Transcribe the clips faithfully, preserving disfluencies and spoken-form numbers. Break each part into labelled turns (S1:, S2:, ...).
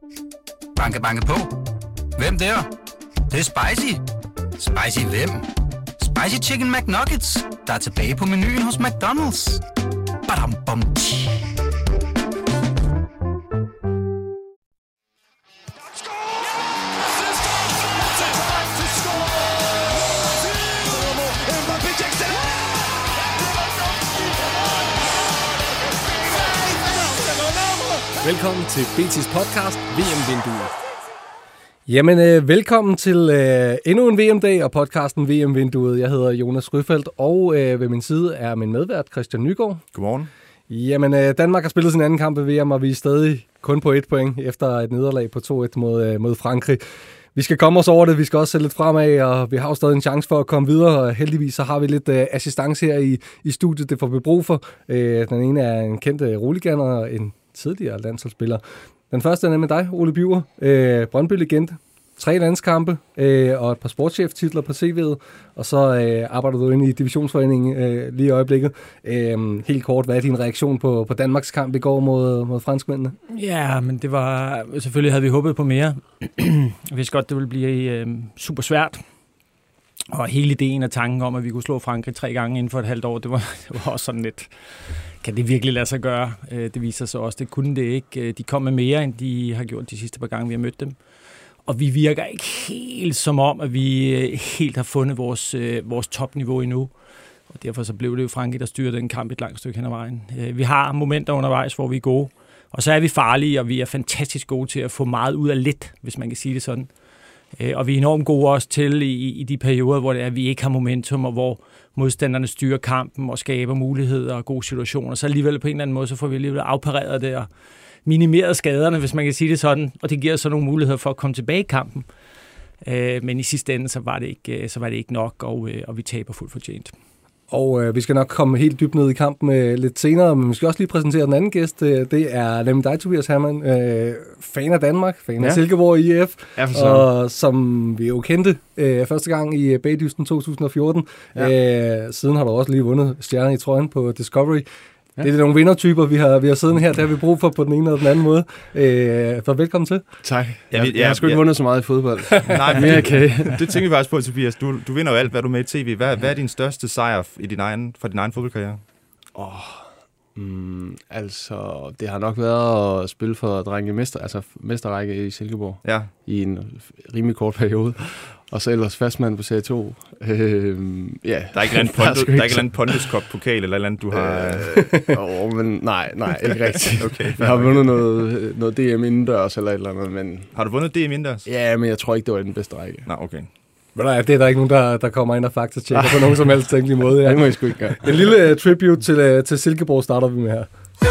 S1: Banke, banke på. Hvem der? Det, det er spicy. Spicy hvem? Spicy Chicken McNuggets, der er tilbage på menuen hos McDonald's. Badum, bom, tji.
S2: Velkommen til B T's podcast, V M-vinduet. Jamen, øh, velkommen til øh, endnu en V M-dag og podcasten V M-vinduet. Jeg hedder Jonas Ryfeldt, og øh, ved min side er min medvært Christian Nygaard.
S3: Godmorgen.
S2: Jamen, øh, Danmark har spillet sin anden kamp ved V M, og vi er stadig kun på et point efter et nederlag på to et mod, øh, mod Frankrig. Vi skal komme os over det, vi skal også se lidt fremad, og vi har jo stadig en chance for at komme videre, og heldigvis så har vi lidt øh, assistance her i, i studiet, det får vi brug for. Øh, den ene er en kendt øh, roligan og en tidligere landsholdsspiller. Den første er nemlig dig, Ole Bjur, øh, Brøndby-legende. Tre landskampe øh, og et par sportscheftitler på C V'et, og så øh, arbejder du inde i divisionsforeningen øh, lige i øjeblikket. Øh, helt kort, hvad er din reaktion på, på Danmarks kamp i går mod, mod franskmændene?
S4: Ja, men det var... Selvfølgelig havde vi håbet på mere. Jeg vidste godt, det ville blive øh, super svært. Og hele ideen og tanken om, at vi kunne slå Frankrig tre gange inden for et halvt år, det var, det var også sådan lidt... Kan det virkelig lade sig gøre? Det viser sig også, det kunne det ikke. De kom med mere, end de har gjort de sidste par gange, vi har mødt dem. Og vi virker ikke helt som om, at vi helt har fundet vores, vores topniveau endnu. Og derfor så blev det jo Frankrig, der styrede den kamp et langt stykke hen ad vejen. Vi har momenter undervejs, hvor vi er gode. Og så er vi farlige, og vi er fantastisk gode til at få meget ud af lidt, hvis man kan sige det sådan. Og vi er enormt gode også til i, i de perioder, hvor det er, at vi ikke har momentum, og hvor modstanderne styrer kampen og skaber muligheder og gode situationer. Så alligevel på en eller anden måde, så får vi alligevel afpareret det og minimeret skaderne, hvis man kan sige det sådan. Og det giver så nogle muligheder for at komme tilbage i kampen. Men i sidste ende, så var det ikke, så var det ikke nok, og, og vi taber fuldt fortjent.
S2: Og øh, vi skal nok komme helt dybt ned i kampen øh, lidt senere, men vi skal også lige præsentere den anden gæst. Øh, det er nemlig dig, Tobias Hermann, øh, fan af Danmark, fan af ja. Silkeborg I F, ja, og som vi jo kendte øh, første gang i Bagdysten to tusind og fjorten. Ja. Øh, siden har du også lige vundet stjerner i trøjen på Discovery. Ja. Det er nogle vindertyper, vi har, vi har siddet her, der har vi brug for på den ene eller den anden måde. Øh, så velkommen til.
S3: Tak.
S5: Jeg, jeg, jeg har sgu ikke ja. vundet så meget i fodbold.
S3: Nej, men okay. Det tænker vi faktisk på, Tobias. Du, du vinder jo alt, hvad du er med i tv. Hvad, hvad er din største sejr i din egen, fra din egen fodboldkarriere?
S5: Åh, oh, mm, altså, det har nok været at spille for drenge mester, altså mesterrække i Silkeborg.
S3: Ja.
S5: I en rimelig kort periode. Og så ellers fastmand på serie to. Øhm, ja.
S3: Der er ikke en eller anden Pondus Cup-pokal eller eller andet, du har...
S5: Øh, oh, men nej, nej, ikke rigtigt. Okay, jeg har vundet noget, noget D M indendørs eller et eller andet, men...
S3: Har du vundet D M indendørs?
S5: Ja, men jeg tror ikke, det var den bedste række.
S3: Nej, okay.
S2: Men nej, det er der ikke nogen, der, der kommer ind og faktatjekker på nogen som helst tænkelig måde. Ja.
S5: Det må jeg sgu ikke gøre.
S2: En lille uh, tribute til, uh, til Silkeborg starter vi med her.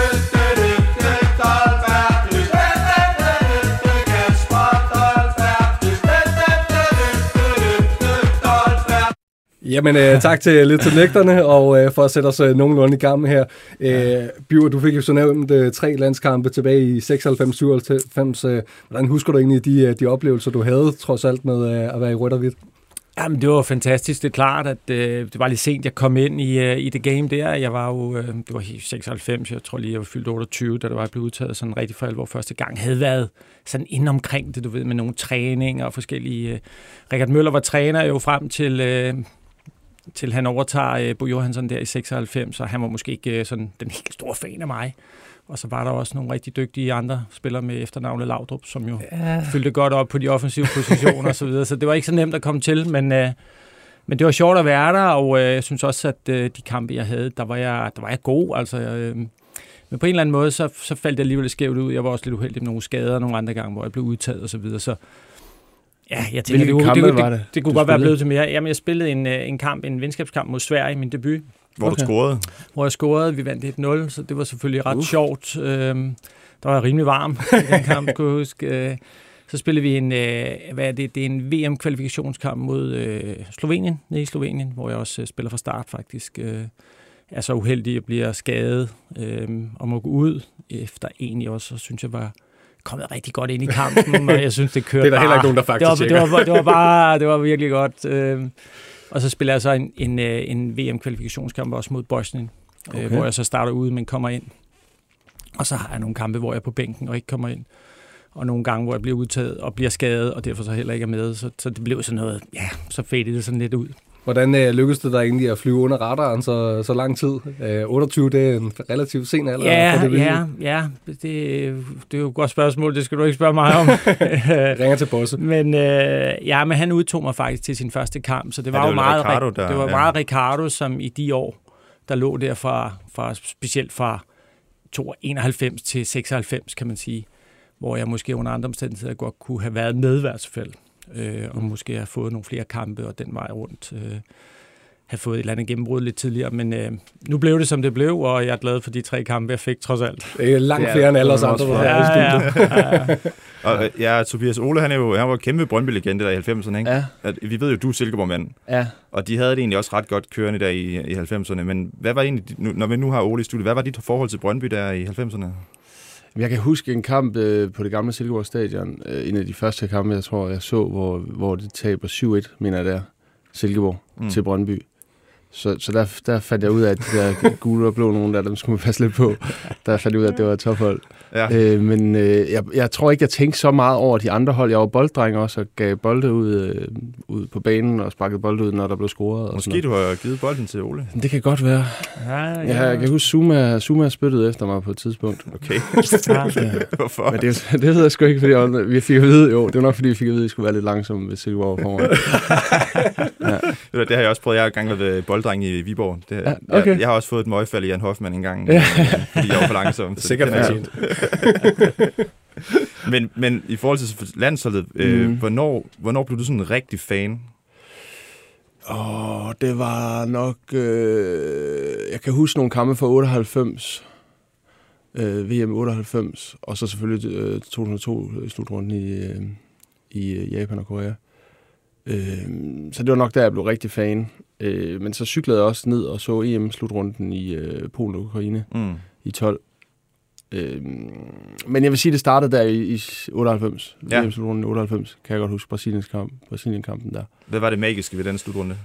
S2: Jamen, øh, tak til lidt til lægterne, og øh, for at sætte os øh, nogenlunde i gang her. Øh, Bjur, du fik jo så nævnt øh, tre landskampe tilbage i seksoghalvfems syvoghalvfems. Øh, hvordan husker du egentlig de, de oplevelser, du havde, trods alt med øh, at være i rødt og hvidt?
S4: Jamen, det var fantastisk. Det er klart, at øh, det var lidt sent, jeg kom ind i, øh, i det game der. Jeg var jo, øh, det var i seksoghalvfems, jeg tror lige, jeg var fyldt otteogtyve, da det var blevet udtaget sådan rigtig for alvor første gang. Havde været sådan inde omkring det, du ved, med nogle træninger og forskellige... Øh. Richard Møller var træner jo frem til... Øh, til han overtager øh, Bo Johansson der i seksoghalvfems, og han var måske ikke øh, sådan den helt store fan af mig. Og så var der også nogle rigtig dygtige andre spillere med efternavnet Laudrup, som jo ja. fyldte godt op på de offensive positioner og så videre. Så det var ikke så nemt at komme til, men, øh, men det var sjovt at være der, og øh, jeg synes også, at øh, de kampe, jeg havde, der var jeg, der var jeg god. Altså, øh, men på en eller anden måde, så, så faldt jeg alligevel skævt ud. Jeg var også lidt uheldig med nogle skader nogle andre gange, hvor jeg blev udtaget og så videre. Så ja, jeg tænker, det, det, det, det, det kunne godt være blevet til mere. Jamen, jeg spillede en, en kamp, en venskabskamp mod Sverige i min debut.
S3: Hvor okay. du scorede?
S4: Hvor jeg scorede. Vi vandt et nul, så det var selvfølgelig ret uh. sjovt. Øhm, der var jeg rimelig varm i den kamp, kunne jeg huske. Så spillede vi en, øh, hvad er det? Det er en V M-kvalifikationskamp mod øh, Slovenien, nede i Slovenien, hvor jeg også øh, spiller fra start faktisk. Øh, er så uheldig at blive skadet øh, og må gå ud efter egentlig også, og synes jeg var kommet rigtig godt ind i kampen, og jeg synes, det kørte.
S2: Det er der heller ikke nogen, der faktisk
S4: det var, det var, det var bare, det var virkelig godt. Øh, og så spiller jeg så en, en, en V M-kvalifikationskamp også mod Bosnien, okay. øh, hvor jeg så starter ude, men kommer ind. Og så har jeg nogle kampe, hvor jeg er på bænken og ikke kommer ind. og nogle gange, hvor jeg bliver udtaget og bliver skadet, og derfor så heller ikke er med. Så, så det blev sådan noget, ja, så fadede det sådan lidt ud.
S2: Hvordan øh, lykkedes det dig egentlig at flyve under radaren så, så lang tid? Øh, otteogtyve, det er en relativt sen alder.
S4: Ja,
S2: for det
S4: ja, ja. Det, det er jo et godt spørgsmål, det skal du ikke spørge mig om.
S2: Ringer til Bosse.
S4: Men, øh, ja, men han udtog mig faktisk til sin første kamp, så det var
S3: ja, det
S4: jo
S3: var
S4: meget,
S3: Ricardo, der,
S4: det var
S3: ja.
S4: meget Ricardo, som i de år, der lå der fra, fra specielt fra enoghalvfems til seksoghalvfems, kan man sige, hvor jeg måske under andre omstændigheder godt kunne have været med i hvert fald, øh, og måske have fået nogle flere kampe, og den vej rundt øh, have fået et eller andet gennembrud lidt tidligere, men øh, nu blev det, som det blev, og jeg er glad for de tre kampe, jeg fik, trods alt.
S2: Det er langt flere end alle os andre.
S4: Ja, ja, ja, ja.
S3: Og ja, Tobias Ole, han, er jo, han var kæmpe Brøndby-legende der i halvfemserne, ikke?
S5: Ja.
S3: At, vi ved jo, du er Silkeborg-mand,
S5: Ja.
S3: og de havde det egentlig også ret godt kørende der i, i halvfemserne, men hvad var egentlig, nu, når vi nu har Ole i studiet, hvad var dit forhold til Brøndby der i halvfemserne?
S5: Jeg kan huske en kamp øh, på det gamle Silkeborg Stadion, øh, en af de første kampe, jeg tror, jeg så, hvor, hvor det taber syv et, mener jeg der, Silkeborg mm. til Brøndby. Så, så der, der fandt jeg ud af, at de der gule og blå nogen der, dem skulle man passe lidt på. Der fandt jeg ud af, at det var et tophold. Ja. Øh, men øh, jeg, jeg tror ikke, jeg tænkte så meget over de andre hold. Jeg var bolddreng også, og gav bolde ud, øh, ud på banen og sparkede bolde ud, når der blev scoret. Og
S3: Måske du har givet bolden til Ole?
S5: Det kan godt være.
S4: Ja, ja.
S5: Ja, jeg kan huske, Zuma, Zuma spyttede efter mig på et tidspunkt.
S3: Okay.
S5: Ja.
S3: Hvorfor?
S5: Men det, det ved jeg sgu ikke, fordi vi fik at vide, jo, det var nok, fordi vi fik at vide, at vi skulle være lidt langsomme, hvis Silkeborg var foran.
S3: Ja. Det har jeg også prøvet. Jeg har engang været bolddreng i Viborg. Det,
S5: ja, okay.
S3: jeg, jeg har også fået et møgfald i Jan Hoffmann en gang, ja. fordi jeg var for langsom.
S2: Sikkert fortjent.
S3: men, men i forhold til landsholdet, øh, mm. hvornår, hvornår blev du sådan en rigtig fan?
S5: Åh, oh, det var nok... Øh, jeg kan huske nogle kampe fra otteoghalvfems. Øh, V M otteoghalvfems. Og så selvfølgelig øh, to tusind og to slutrunden i, øh, i Japan og Korea. Øh, så det var nok der, jeg blev rigtig fan. Øh, men så cyklede jeg også ned og så E M-slutrunden i øh, Polen og Ukraine mm. i tolv. Øh, men jeg vil sige, det startede der i, i otteoghalvfems. Ja. E M-slutrunden i otteoghalvfems, kan jeg godt huske, Brasiliens kamp, Brasilien-kampen der.
S3: Hvad var det magiske ved den slutrunde?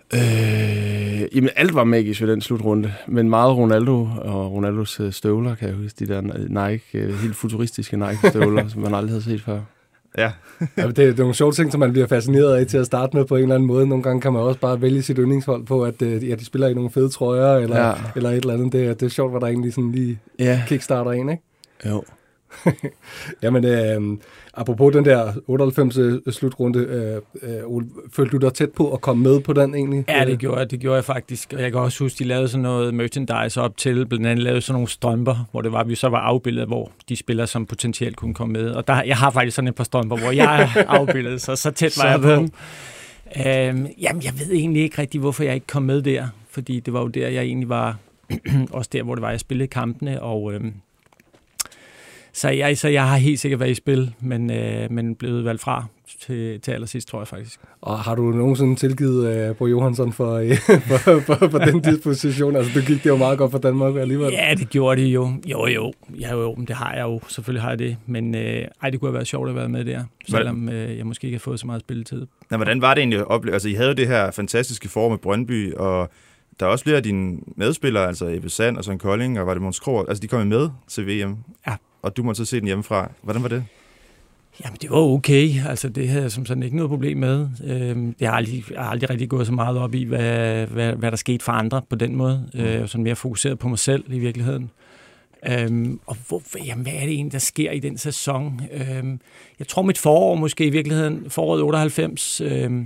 S5: Øh, jamen, alt var magisk ved den slutrunde, men meget Ronaldo og Ronaldos støvler, kan jeg huske, de der Nike, helt futuristiske Nike-støvler, som man aldrig havde set før.
S3: Ja.
S2: Ja, det, det er nogle sjove ting, som man bliver fascineret af til at starte med på en eller anden måde. Nogle gange kan man også bare vælge sit yndlingshold på, at ja, de spiller i nogle fede trøjer, eller, ja. eller et eller andet. Det, det er sjovt, hvad der egentlig sådan lige ja. kickstarter en, ikke?
S5: Jo.
S2: Jamen, øh, apropos den der otteoghalvfems-slutrunde, øh, øh, følte du dig tæt på at komme med på den egentlig?
S4: Ja, det gjorde jeg, det gjorde jeg faktisk. Og jeg kan også huske, de lavede sådan noget merchandise op til, blandt andet lavede sådan nogle strømper, hvor det var, vi så var afbildet, hvor de spillere, som potentielt kunne komme med. Og der, jeg har faktisk sådan et par strømper, hvor jeg er afbildet, så så tæt var jeg på. Øhm, jamen, jeg ved egentlig ikke rigtig, hvorfor jeg ikke kom med der, fordi det var jo der, jeg egentlig var, også der, hvor det var, jeg spillede kampene, og... Øhm, Så jeg, så jeg har helt sikkert været i spil, men, øh, men blevet valgt fra til, til allersidst, tror jeg faktisk.
S2: Og har du nogensinde tilgivet øh, Bo Johansson for, øh, for, for, for den disposition? Altså, du gik det jo meget godt for Danmark alligevel.
S4: Ja, det gjorde det jo. Jo, jo. Ja, jo, det har jeg jo. Selvfølgelig har jeg det. Men øh, ej, det kunne have været sjovt at være med der, selvom øh, jeg måske ikke har fået så meget spilletid.
S3: Ja, hvordan var det egentlig at opleve? Altså, I havde jo det her fantastiske form med Brøndby, og der er også flere af dine medspillere, altså Ebbe Sand og Søren Kolding, og var det Måns Krog, altså de kom med til V M.
S4: Ja.
S3: Og du måtte så se den hjemmefra. Hvordan var det?
S4: Jamen, det var okay. Altså, det havde jeg som sådan ikke noget problem med. Øhm, jeg, har aldrig, jeg har aldrig rigtig gået så meget op i, hvad, hvad, hvad der skete for andre på den måde. Mm. Øh, sådan mere fokuseret på mig selv i virkeligheden. Øhm, og hvor, jamen, hvad er det egentlig, der sker i den sæson? Øhm, jeg tror, mit forår måske i virkeligheden, foråret otteoghalvfems... Øhm,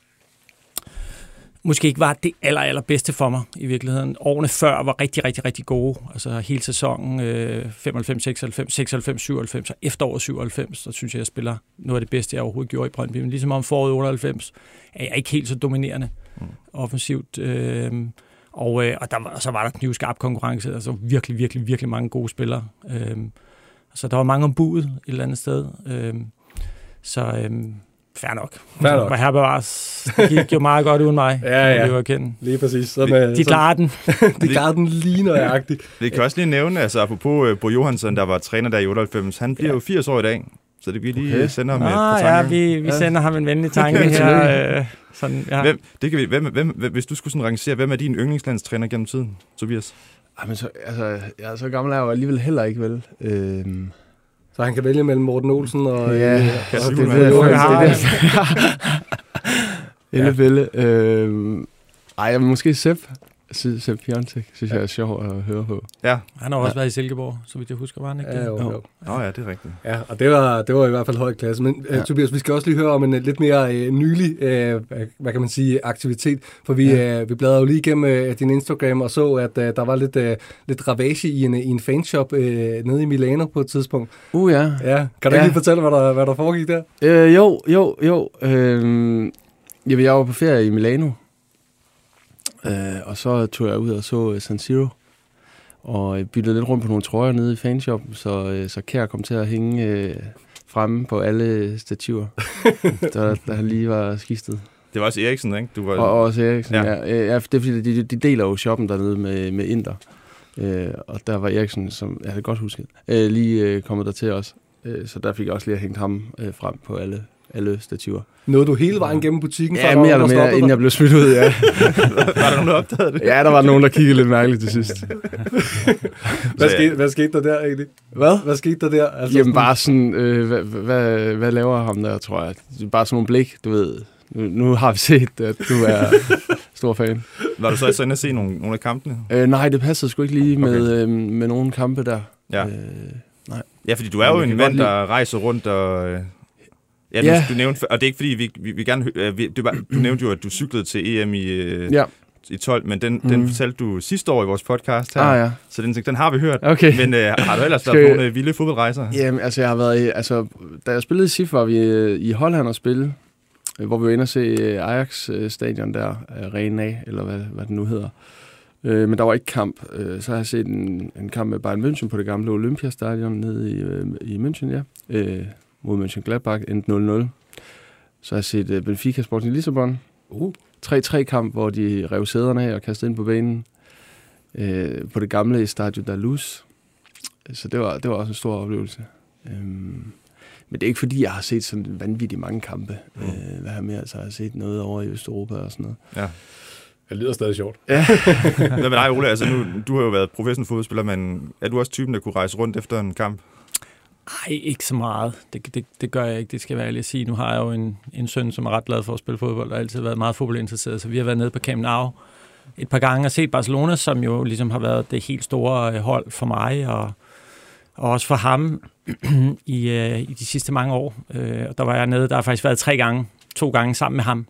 S4: måske ikke var det aller, aller bedste for mig i virkeligheden. Årene før var rigtig, rigtig, rigtig gode. Altså hele sæsonen øh, femoghalvfems, seksoghalvfems, seksoghalvfems, syvoghalvfems og efteråret syvoghalvfems, så synes jeg, jeg spiller noget af det bedste, jeg overhovedet gjorde i Brøndby. Men ligesom om foråret otteoghalvfems er jeg ikke helt så dominerende mm. offensivt. Øh, og øh, og, der, og så var der knivskarp konkurrence. Altså virkelig, virkelig, virkelig mange gode spillere. Øh, så der var mange om budet et eller andet sted. Øh, så... Øh, Fair nok.
S2: Fair nok.
S4: Var her bevares. Det gik jo meget godt uden mig.
S2: Ja, ja.
S4: Det var kendt.
S2: Lige præcis. Så med,
S4: de klarede den.
S2: de klarede den lige nøjagtigt.
S3: Vi kan også lige nævne, altså apropos uh, Bo Johansson, der var træner der i otteoghalvfems, han bliver ja. jo firs år i dag, så det kan vi lige okay. sende ham ah, et par tanker.
S4: Ja, vi, vi sender ham en venlig tanke her. Øh, sådan, ja.
S3: hvem, det kan vi, hvem, hvem, hvis du skulle sådan rangere, hvem er din yndlingslandstræner gennem tiden, Tobias?
S5: Ej, men så, altså, jeg er så gammel er jeg jo alligevel heller ikke, vel? Øhm
S2: Så han kan vælge mellem Morten Olsen og...
S5: Ja,
S2: øh,
S5: og
S2: og
S5: det,
S2: det,
S5: det, det,
S2: det,
S5: det, det, det, det, øh, ej, jeg vil måske Sepp. Sepp Piontek, synes jeg er sjov at høre på.
S3: Ja.
S4: Han har også
S5: ja.
S4: været i Silkeborg, så vidt jeg husker, var han ikke det?
S2: Ja, jo, jo.
S3: Nå ja, det er rigtigt.
S2: Ja, og det var, det var i hvert fald høj klasse. Men ja. uh, Tobias, vi skal også lige høre om en uh, lidt mere uh, nylig, uh, hvad kan man sige, aktivitet. For vi, ja. uh, vi bladrede jo lige igennem uh, din Instagram og så, at uh, der var lidt, uh, lidt ravage i en, i en fanshop uh, nede i Milano på et tidspunkt.
S5: Uh, ja.
S2: Ja, kan du
S5: ja.
S2: lige fortælle, hvad der, hvad der foregik der?
S5: Øh, jo, jo, jo. Øh, jamen, jeg var på ferie i Milano. Øh, og så tog jeg ud og så San Siro. Og byttede lidt rundt på nogle trøjer nede i fanshoppen, så, så Kjær kom til at hænge øh, fremme på alle stativer, der, der lige var skiftet.
S3: Det var også Eriksen, ikke? Du var...
S5: Og også Eriksen, ja.
S3: Ja.
S5: ja. ja det er fordi, de, de deler jo shoppen dernede med, med Inter. Øh, og der var Eriksen, som jeg havde godt husket, øh, lige øh, kommet der til os. Øh, så der fik jeg også lige hængt ham øh, frem på alle, alle stativer.
S2: Nåede du hele vejen gennem butikken?
S5: Ja, mere eller mere, inden jeg blev smidt ud, ja.
S3: Var der nogen, der opdagede det?
S5: Ja, der var nogen, der kiggede lidt mærkeligt til sidst.
S2: hvad, skete, hvad skete der der egentlig?
S5: Hvad?
S2: Hvad skete der der? Altså,
S5: Jamen bare sådan, øh, hvad, hvad, hvad laver ham der, tror jeg? Bare sådan nogle blik, du ved. Nu, nu har vi set, at du er stor fan.
S3: Var du så også inde at se nogle, nogle af kampene?
S5: Øh, nej, det passede sgu ikke lige med,
S3: Okay.
S5: øh, med nogle kampe der.
S3: Ja.
S5: Øh, nej.
S3: Ja, fordi du er jo en mand, der rejser rundt og... Øh, ja, du,
S5: Ja.
S3: du nævnte, og det er ikke fordi, vi, vi, vi gerne... Øh, vi, du, du nævnte jo, at du cyklede til E M i, øh,
S5: Ja.
S3: i tolv, men den,
S5: Mm.
S3: den fortalte du sidste år i vores podcast her.
S5: Ah, ja.
S3: Så den, den har vi hørt.
S5: Okay.
S3: Men øh, har du ellers
S5: Skal
S3: været på
S5: vi-
S3: nogle øh, vilde fodboldrejser?
S5: Jamen, altså, jeg har været i, altså, da jeg spillede i S I F, var vi øh, i Holland og spille, øh, hvor vi var inde og se øh, Ajax-stadion der, Arena, eller hvad, hvad den nu hedder. Øh, men der var ikke kamp. Øh, så har jeg set en, en kamp med Bayern München på det gamle Olympiastadion nede i, øh, i München, ja. Øh, mod Mönchengladbach, endte nul nul. Så har jeg set øh, Benfica Sporting Lissabon.
S2: Uh.
S5: tre tre kamp, hvor de rev sæderne af og kastede ind på banen. Øh, på det gamle Estadio da Luz. Så det var, det var også en stor oplevelse. Øhm, men det er ikke fordi, jeg har set sådan vanvittigt mange kampe. Mm. Øh, hvad har mere? Altså, jeg har set noget over i Østeuropa og sådan noget.
S3: Ja.
S2: Det lyder stadig sjovt.
S5: Ja.
S3: Hvad med dig, Ole? Altså, nu, du har jo været professionel fodboldspiller, men er du også typen, der kunne rejse rundt efter en kamp?
S4: Nej, ikke så meget. Det, det, det gør jeg ikke, det skal jeg være ærlig at sige. Nu har jeg jo en, en søn, som er ret glad for at spille fodbold, og har altid været meget fodboldinteresseret, så vi har været nede på Camp Nou et par gange og set Barcelona, som jo ligesom har været det helt store hold for mig, og, og også for ham i, øh, i de sidste mange år. Øh, og der var jeg nede, der har faktisk været tre gange, to gange sammen med ham.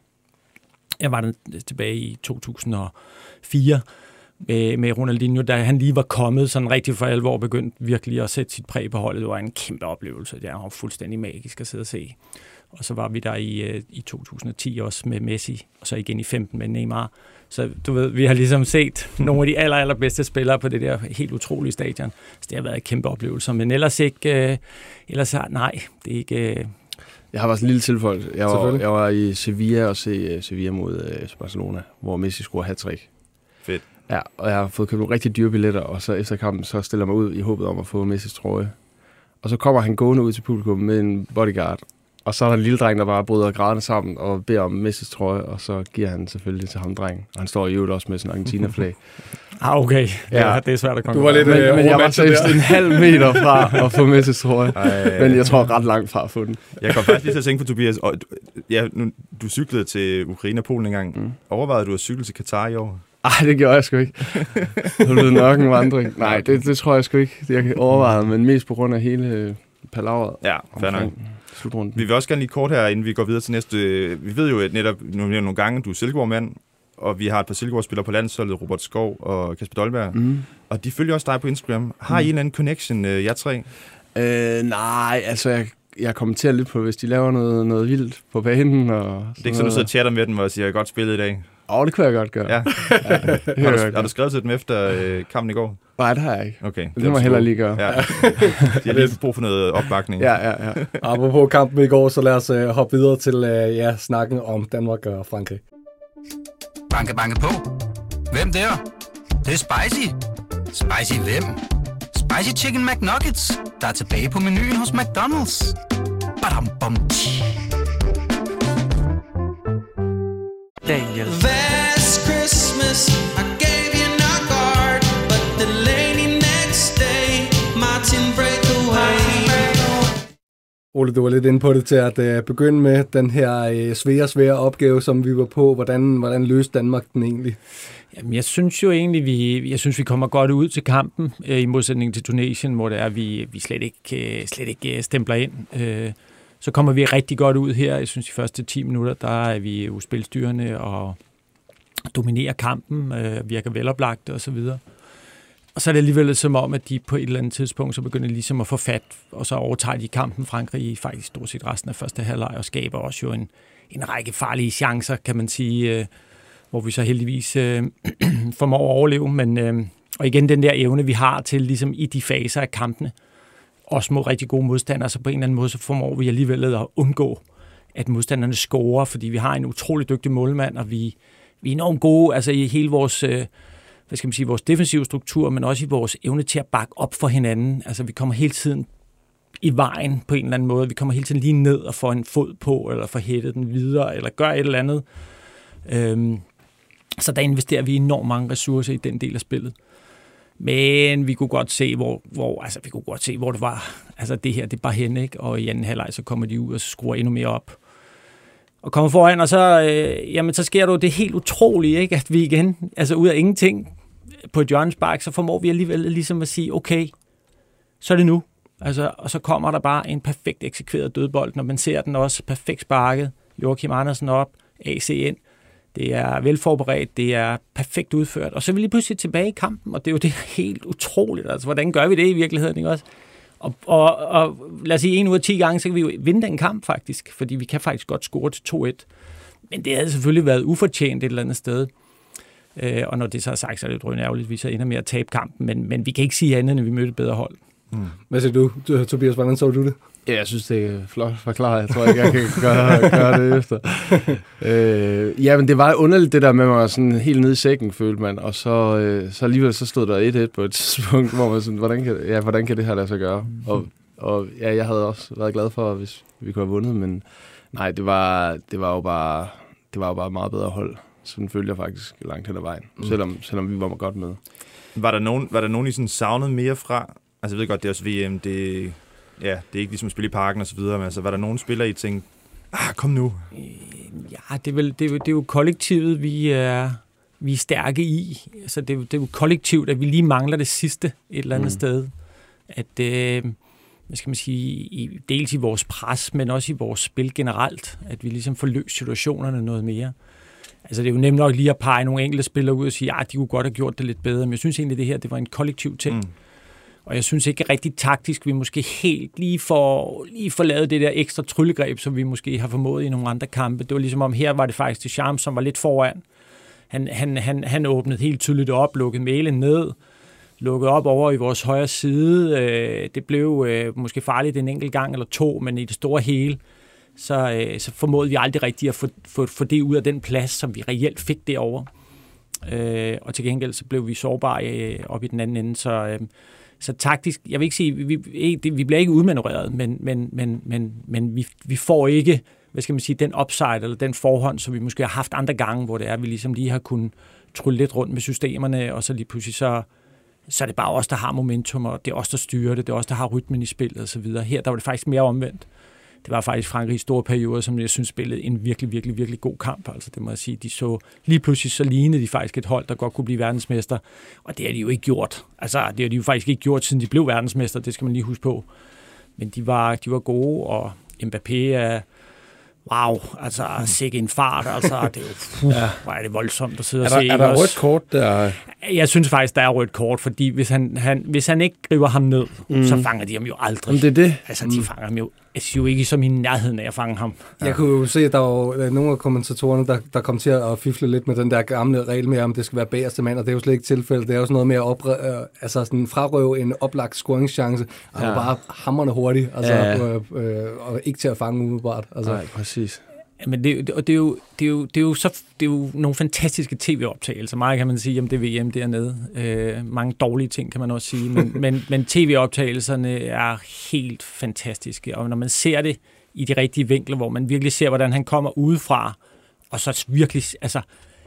S4: Jeg var der tilbage i to tusind og fire, med, med Ronaldinho, da han lige var kommet sådan rigtig for alvor, begyndt virkelig at sætte sit præg på holdet. Det var en kæmpe oplevelse. Det var fuldstændig magisk at sidde og se. Og så var vi der i, i to tusind og ti også med Messi, og så igen i femten med Neymar. Så du ved, vi har ligesom set nogle af de aller, allerbedste spillere på det der helt utrolige stadion. Så det har været en kæmpe oplevelse. Men ellers ikke, øh, ellers nej, det er ikke... Øh,
S5: Jeg har været sådan en lille tilføjelse. Jeg var, jeg var i Sevilla og se uh, Sevilla mod uh, Barcelona, hvor Messi scorede hat-trick.
S3: Fedt.
S5: Ja, og jeg har fået købt nogle rigtig dyre billetter, og så efter kampen, så stiller jeg mig ud i håbet om at få Messis trøje. Og så kommer han gående ud til publikum med en bodyguard, og så er der en lille dreng, der bare bryder grædende sammen og beder om Messis trøje, og så giver han selvfølgelig til ham drengen. Og han står i øvrigt også med sådan en Argentina-flag.
S4: ah, okay.
S5: Ja.
S4: Ja, det er svært at komme.
S2: Du var lidt,
S5: Men,
S2: øh,
S5: men jeg var
S2: overmatchet
S5: seriøst
S2: der.
S5: en halv meter fra at få Messis trøje.
S3: Ej.
S5: Men jeg tror ret langt fra at få den.
S3: Jeg kom faktisk lige til at tænke på, Tobias, og du, ja, nu, du cyklede til Ukraine og Polen engang. Mm. Overvejede du at cykle til Katar i år?
S5: Ej, det gjorde jeg sgu ikke. Det blev nok en vandring. Nej, det, det tror jeg sgu ikke. Jeg kan overveje, men mest på grund af hele palaveret.
S3: Ja, fair nok.
S5: Slutrunden.
S3: Vi vil også gerne lige kort her, inden vi går videre til næste. Vi ved jo, at netop nu nogle gange, du er Silkeborg-mand, og vi har et par Silkeborg-spillere på landsholdet, Robert Skov og Kasper Dolberg.
S5: Mm.
S3: Og de følger også dig på Instagram. Har I en eller anden connection, jer tre?
S5: Øh, nej, altså jeg, jeg kommenterer lidt på, hvis de laver noget, noget vildt på banen. Og
S3: Det er ikke sådan, du sidder og chatter med dem og siger, godt spillet i dag?
S5: Åh, oh, det kunne jeg godt gøre.
S3: Ja.
S5: ja det
S3: Har
S5: kunne
S3: du,
S5: jeg
S3: har du skrevet til dem efter øh, kampen i går?
S5: Nej, det har jeg ikke.
S3: Okay.
S5: Det må jeg heller lige gøre.
S3: Ja. De har lige brug for noget opbakning.
S5: Ja, ja, ja.
S2: Apropos kampen i går, så lad os uh, hoppe videre til uh, ja, snakken om Danmark og Frankrig.
S1: Banke, banke på. Hvem der? Det, det er spicy. Spicy hvem? Spicy Chicken McNuggets, der er tilbage på menuen hos McDonald's. Badum, bom, tji.
S4: Daniel.
S6: Last Christmas, I gave you no guard, but the lady next day, Martin break away.
S2: Ole, du var lidt inde på det til at uh, begynde med den her uh, svære, svære opgave, som vi var på. Hvordan, hvordan løste Danmark den egentlig?
S4: Jamen, jeg synes jo egentlig, vi, jeg synes, vi kommer godt ud til kampen, øh, i modsætning til Tunesien, hvor det er, vi, vi slet ikke, øh, slet ikke stempler ind. Øh, så kommer vi rigtig godt ud her. Jeg synes, de første ti minutter, der er vi jo spilstyrende og dominerer kampen, øh, virker veloplagt og så videre. Og så er det alligevel som om, at de på et eller andet tidspunkt, så begynder ligesom at få fat, og så overtager de kampen Frankrig i faktisk stort set resten af første halvleg, og skaber også jo en, en række farlige chancer, kan man sige, øh, hvor vi så heldigvis øh, formår at overleve. Men, øh, og igen den der evne, vi har til ligesom i de faser af kampene, også mod rigtig gode modstandere, så på en eller anden måde, så formår vi alligevel at undgå, at modstanderne scorer, fordi vi har en utrolig dygtig målmand, og vi, vi er enormt gode altså i hele vores, øh, hvad skal man sige, vores defensive struktur, men også i vores evne til at bakke op for hinanden. Altså vi kommer hele tiden i vejen på en eller anden måde. Vi kommer hele tiden lige ned og får en fod på, eller får hættet den videre, eller gør et eller andet. Øhm, så der investerer vi enormt mange ressourcer i den del af spillet. Men vi kunne godt se, hvor, hvor, altså, vi kunne godt se, hvor det var. Altså det her, det er bare hen, ikke? Og i anden halvleg, så kommer de ud og skruer endnu mere op. Og kommer foran, og så, øh, jamen, så sker der jo det helt utrolige, ikke? At vi igen, altså ud af ingenting på et hjørnespark, så formår vi alligevel ligesom at sige, okay, så er det nu. Altså, og så kommer der bare en perfekt eksekveret dødbold, når man ser den også perfekt sparket. Joachim Andersen op, A C ind. Det er velforberedt, det er perfekt udført. Og så er vi lige pludselig tilbage i kampen, og det er jo det helt utroligt. Altså, hvordan gør vi det i virkeligheden, ikke også? Og, og, og lad os sige, en ud af ti gange, så kan vi jo vinde den kamp faktisk, fordi vi kan faktisk godt score til to et. Men det havde selvfølgelig været ufortjent et eller andet sted. Øh, og når det så er sagt, så er det jo ærgerligt, at vi så ender med at tabe kampen. Men, men vi kan ikke sige andet, end at vi mødte et bedre hold.
S2: Mm. Hvad siger du, Tobias? Hvordan så du det?
S5: Ja, jeg synes, det er flot forklaret. Jeg tror ikke, jeg kan gøre, gøre det efter. øh, ja, men det var underligt, det der med, at man var sådan helt nede i sækken, følte man. Og så, øh, så alligevel så stod der et et på et tidspunkt, hvor man sådan, hvordan kan, ja, hvordan kan det her lade sig gøre? Mm. Og, og ja, jeg havde også været glad for, hvis vi kunne have vundet, men nej, det var, det var jo bare, det var jo bare meget bedre hold. Sådan følte jeg faktisk langt hen ad vejen, mm. selvom, selvom vi var godt med.
S3: Var der nogen, var der nogen I sådan savnede mere fra? Altså jeg ved godt, det er også V M, det, ja, det er ikke ligesom at spille i parken og så videre, men altså var der nogen spillere, I tænkte, ah, kom nu?
S4: Ja, det er, vel, det er, jo, det er jo kollektivet, vi er, vi er stærke i. Altså det, er, det er jo kollektivt, at vi lige mangler det sidste et eller andet mm. sted. At, øh, hvad skal man sige, i, dels i vores pres, men også i vores spil generelt, at vi ligesom får løst situationerne noget mere. Altså det er jo nemt nok lige at pege nogle enkelte spillere ud og sige, at de kunne godt have gjort det lidt bedre, men jeg synes egentlig, det her det var en kollektiv ting. Mm. Og jeg synes ikke rigtig taktisk, vi måske helt lige får, lige får lavet det der ekstra tryllegreb, som vi måske har formået i nogle andre kampe. Det var ligesom om, her var det faktisk til Charm, som var lidt foran. Han, han, han, han åbnede helt tydeligt op, lukkede Mælen ned, lukkede op over i vores højre side. Det blev måske farligt en enkelt gang eller to, men i det store hele, så, så formåede vi aldrig rigtigt at få, få, få det ud af den plads, som vi reelt fik derovre. Og til gengæld så blev vi sårbare op i den anden ende, så... Så taktisk, jeg vil ikke sige, vi, vi, vi bliver ikke udmanøvreret, men, men, men, men, men vi, vi får ikke, hvad skal man sige, den upside eller den forhånd, som vi måske har haft andre gange, hvor det er, vi ligesom lige har kunnet trylle lidt rundt med systemerne, og så lige pludselig så, så er det bare os, der har momentum, og det er os, der styrer det, det er os, der har rytmen i spillet og så videre. Her der var det faktisk mere omvendt. Det var faktisk Frankrig i store perioder, som jeg synes spillede en virkelig, virkelig, virkelig god kamp. Altså det må jeg sige, de så lige pludselig så lignede de faktisk et hold, der godt kunne blive verdensmester. Og det har de jo ikke gjort. Altså det har de jo faktisk ikke gjort, siden de blev verdensmester. Det skal man lige huske på. Men de var, de var gode, og Mbappé er wow, altså sikke en fart. Altså det er jo, ja. Hvor er det voldsomt at sidde
S5: er
S4: og
S5: der,
S4: se.
S5: Er der rødt kort der?
S4: Jeg synes faktisk, der er rødt kort, fordi hvis han, han, hvis han ikke griber ham ned, mm. så fanger de ham jo aldrig.
S5: Men det er det.
S4: Altså, de fanger ham jo, jeg siger jo ikke som i nærheden af at fange ham.
S2: Jeg ja. kunne jo se, at der var nogle af kommentatorerne, der, der kom til at fifle lidt med den der gamle regel med, om det skal være bagerste mand, og det er jo slet ikke tilfældet. Det er jo sådan noget med at opre, øh, altså sådan frarøve en oplagt scoringschance, og ja. bare hammerne hurtigt, altså, ja. øh, øh, og ikke til at fange umiddelbart. Altså.
S5: Nej, præcis.
S4: Men det, og det, er jo, det, er jo, det, er jo så, det er jo nogle fantastiske tv-optagelser. Meget kan man sige, om det er V M dernede. Øh, mange dårlige ting kan man også sige. Men, men, men tv-optagelserne er helt fantastiske. Og når man ser det i de rigtige vinkler, hvor man virkelig ser, hvordan han kommer udefra, og så virkelig altså,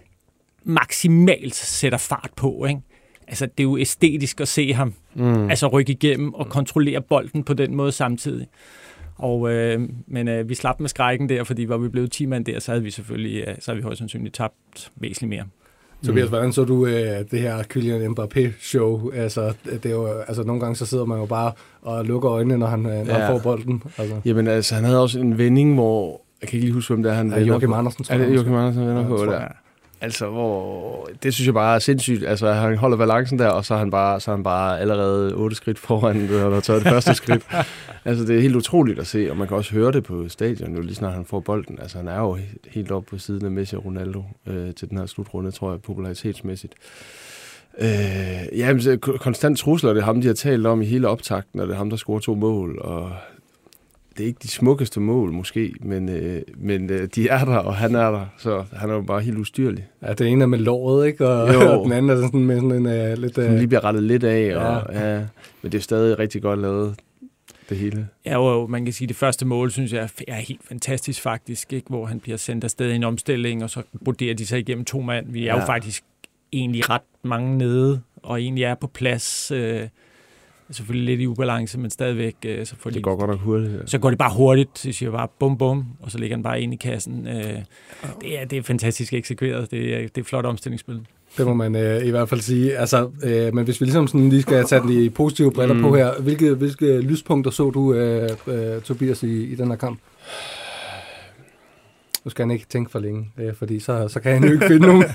S4: maksimalt sætter fart på, ikke? Altså, det er jo æstetisk at se ham mm. altså, rykke igennem og kontrollere bolden på den måde samtidig. Og, øh, men øh, vi slap med skrækken der, fordi var vi blevet ti mand der, så havde vi selvfølgelig øh, så havde vi højst sandsynligt tabt væsentligt mere.
S2: Tobias, mm. hvordan så du øh, det her Kylian Mbappé-show? Altså, det er jo, altså, nogle gange så sidder man jo bare og lukker øjnene, når han, når ja. han får bolden. Altså.
S5: Jamen altså, han havde også en vending, hvor... Jeg kan ikke lige huske, hvem det er, han
S2: vender
S5: Joachim
S2: på. Andersen, tror
S5: er det Joachim Andersen, han vender
S2: ja,
S5: på? Der.
S2: jeg.
S5: Altså, hvor... Det synes jeg bare er sindssygt. Altså, han holder balancen der, og så er han bare, så er han bare allerede otte skridt foran, når han har taget det første skridt. Altså, det er helt utroligt at se, og man kan også høre det på stadion, jo lige snart han får bolden. Altså, han er jo helt oppe på siden af Messi og Ronaldo øh, til den her slutrunde, tror jeg, popularitetsmæssigt. Øh, jamen, så konstant trusler, det er ham, de har talt om i hele optakten, og det er ham, der scorer to mål, og det er ikke de smukkeste mål, måske, men, øh, men øh, de er der, og han er der, så han er jo bare helt ustyrlig.
S2: Ja, det ene er med låret, ikke? Og, og den anden er sådan med sådan en uh, lidt... Uh...
S5: Som lige bliver rettet lidt af, ja. Og, ja, men det er stadig rigtig godt lavet, det hele.
S4: Ja, jo, man kan sige, at det første mål, synes jeg, er helt fantastisk faktisk, ikke? Hvor han bliver sendt afsted i en omstilling, og så broderer de sig igennem to mand. Vi er ja. jo faktisk egentlig ret mange nede, og egentlig er på plads... Øh, selvfølgelig lidt i ubalance, men stadigvæk... Øh, så
S5: det går godt nok hurtigt. Ja.
S4: Så går det bare hurtigt, så siger bare bum bum, og så ligger den bare ind i kassen. Øh, det, er, det er fantastisk eksekveret. Det er, det er flot omstillingsspil.
S2: Det må man øh, i hvert fald sige. Altså, øh, men hvis vi ligesom sådan lige skal tage de positive briller mm. på her, hvilke, hvilke lyspunkter så du, øh, øh, Tobias, i, i den her kamp? Nu skal han ikke tænke for længe, øh, fordi så, så kan han jo ikke finde nogen.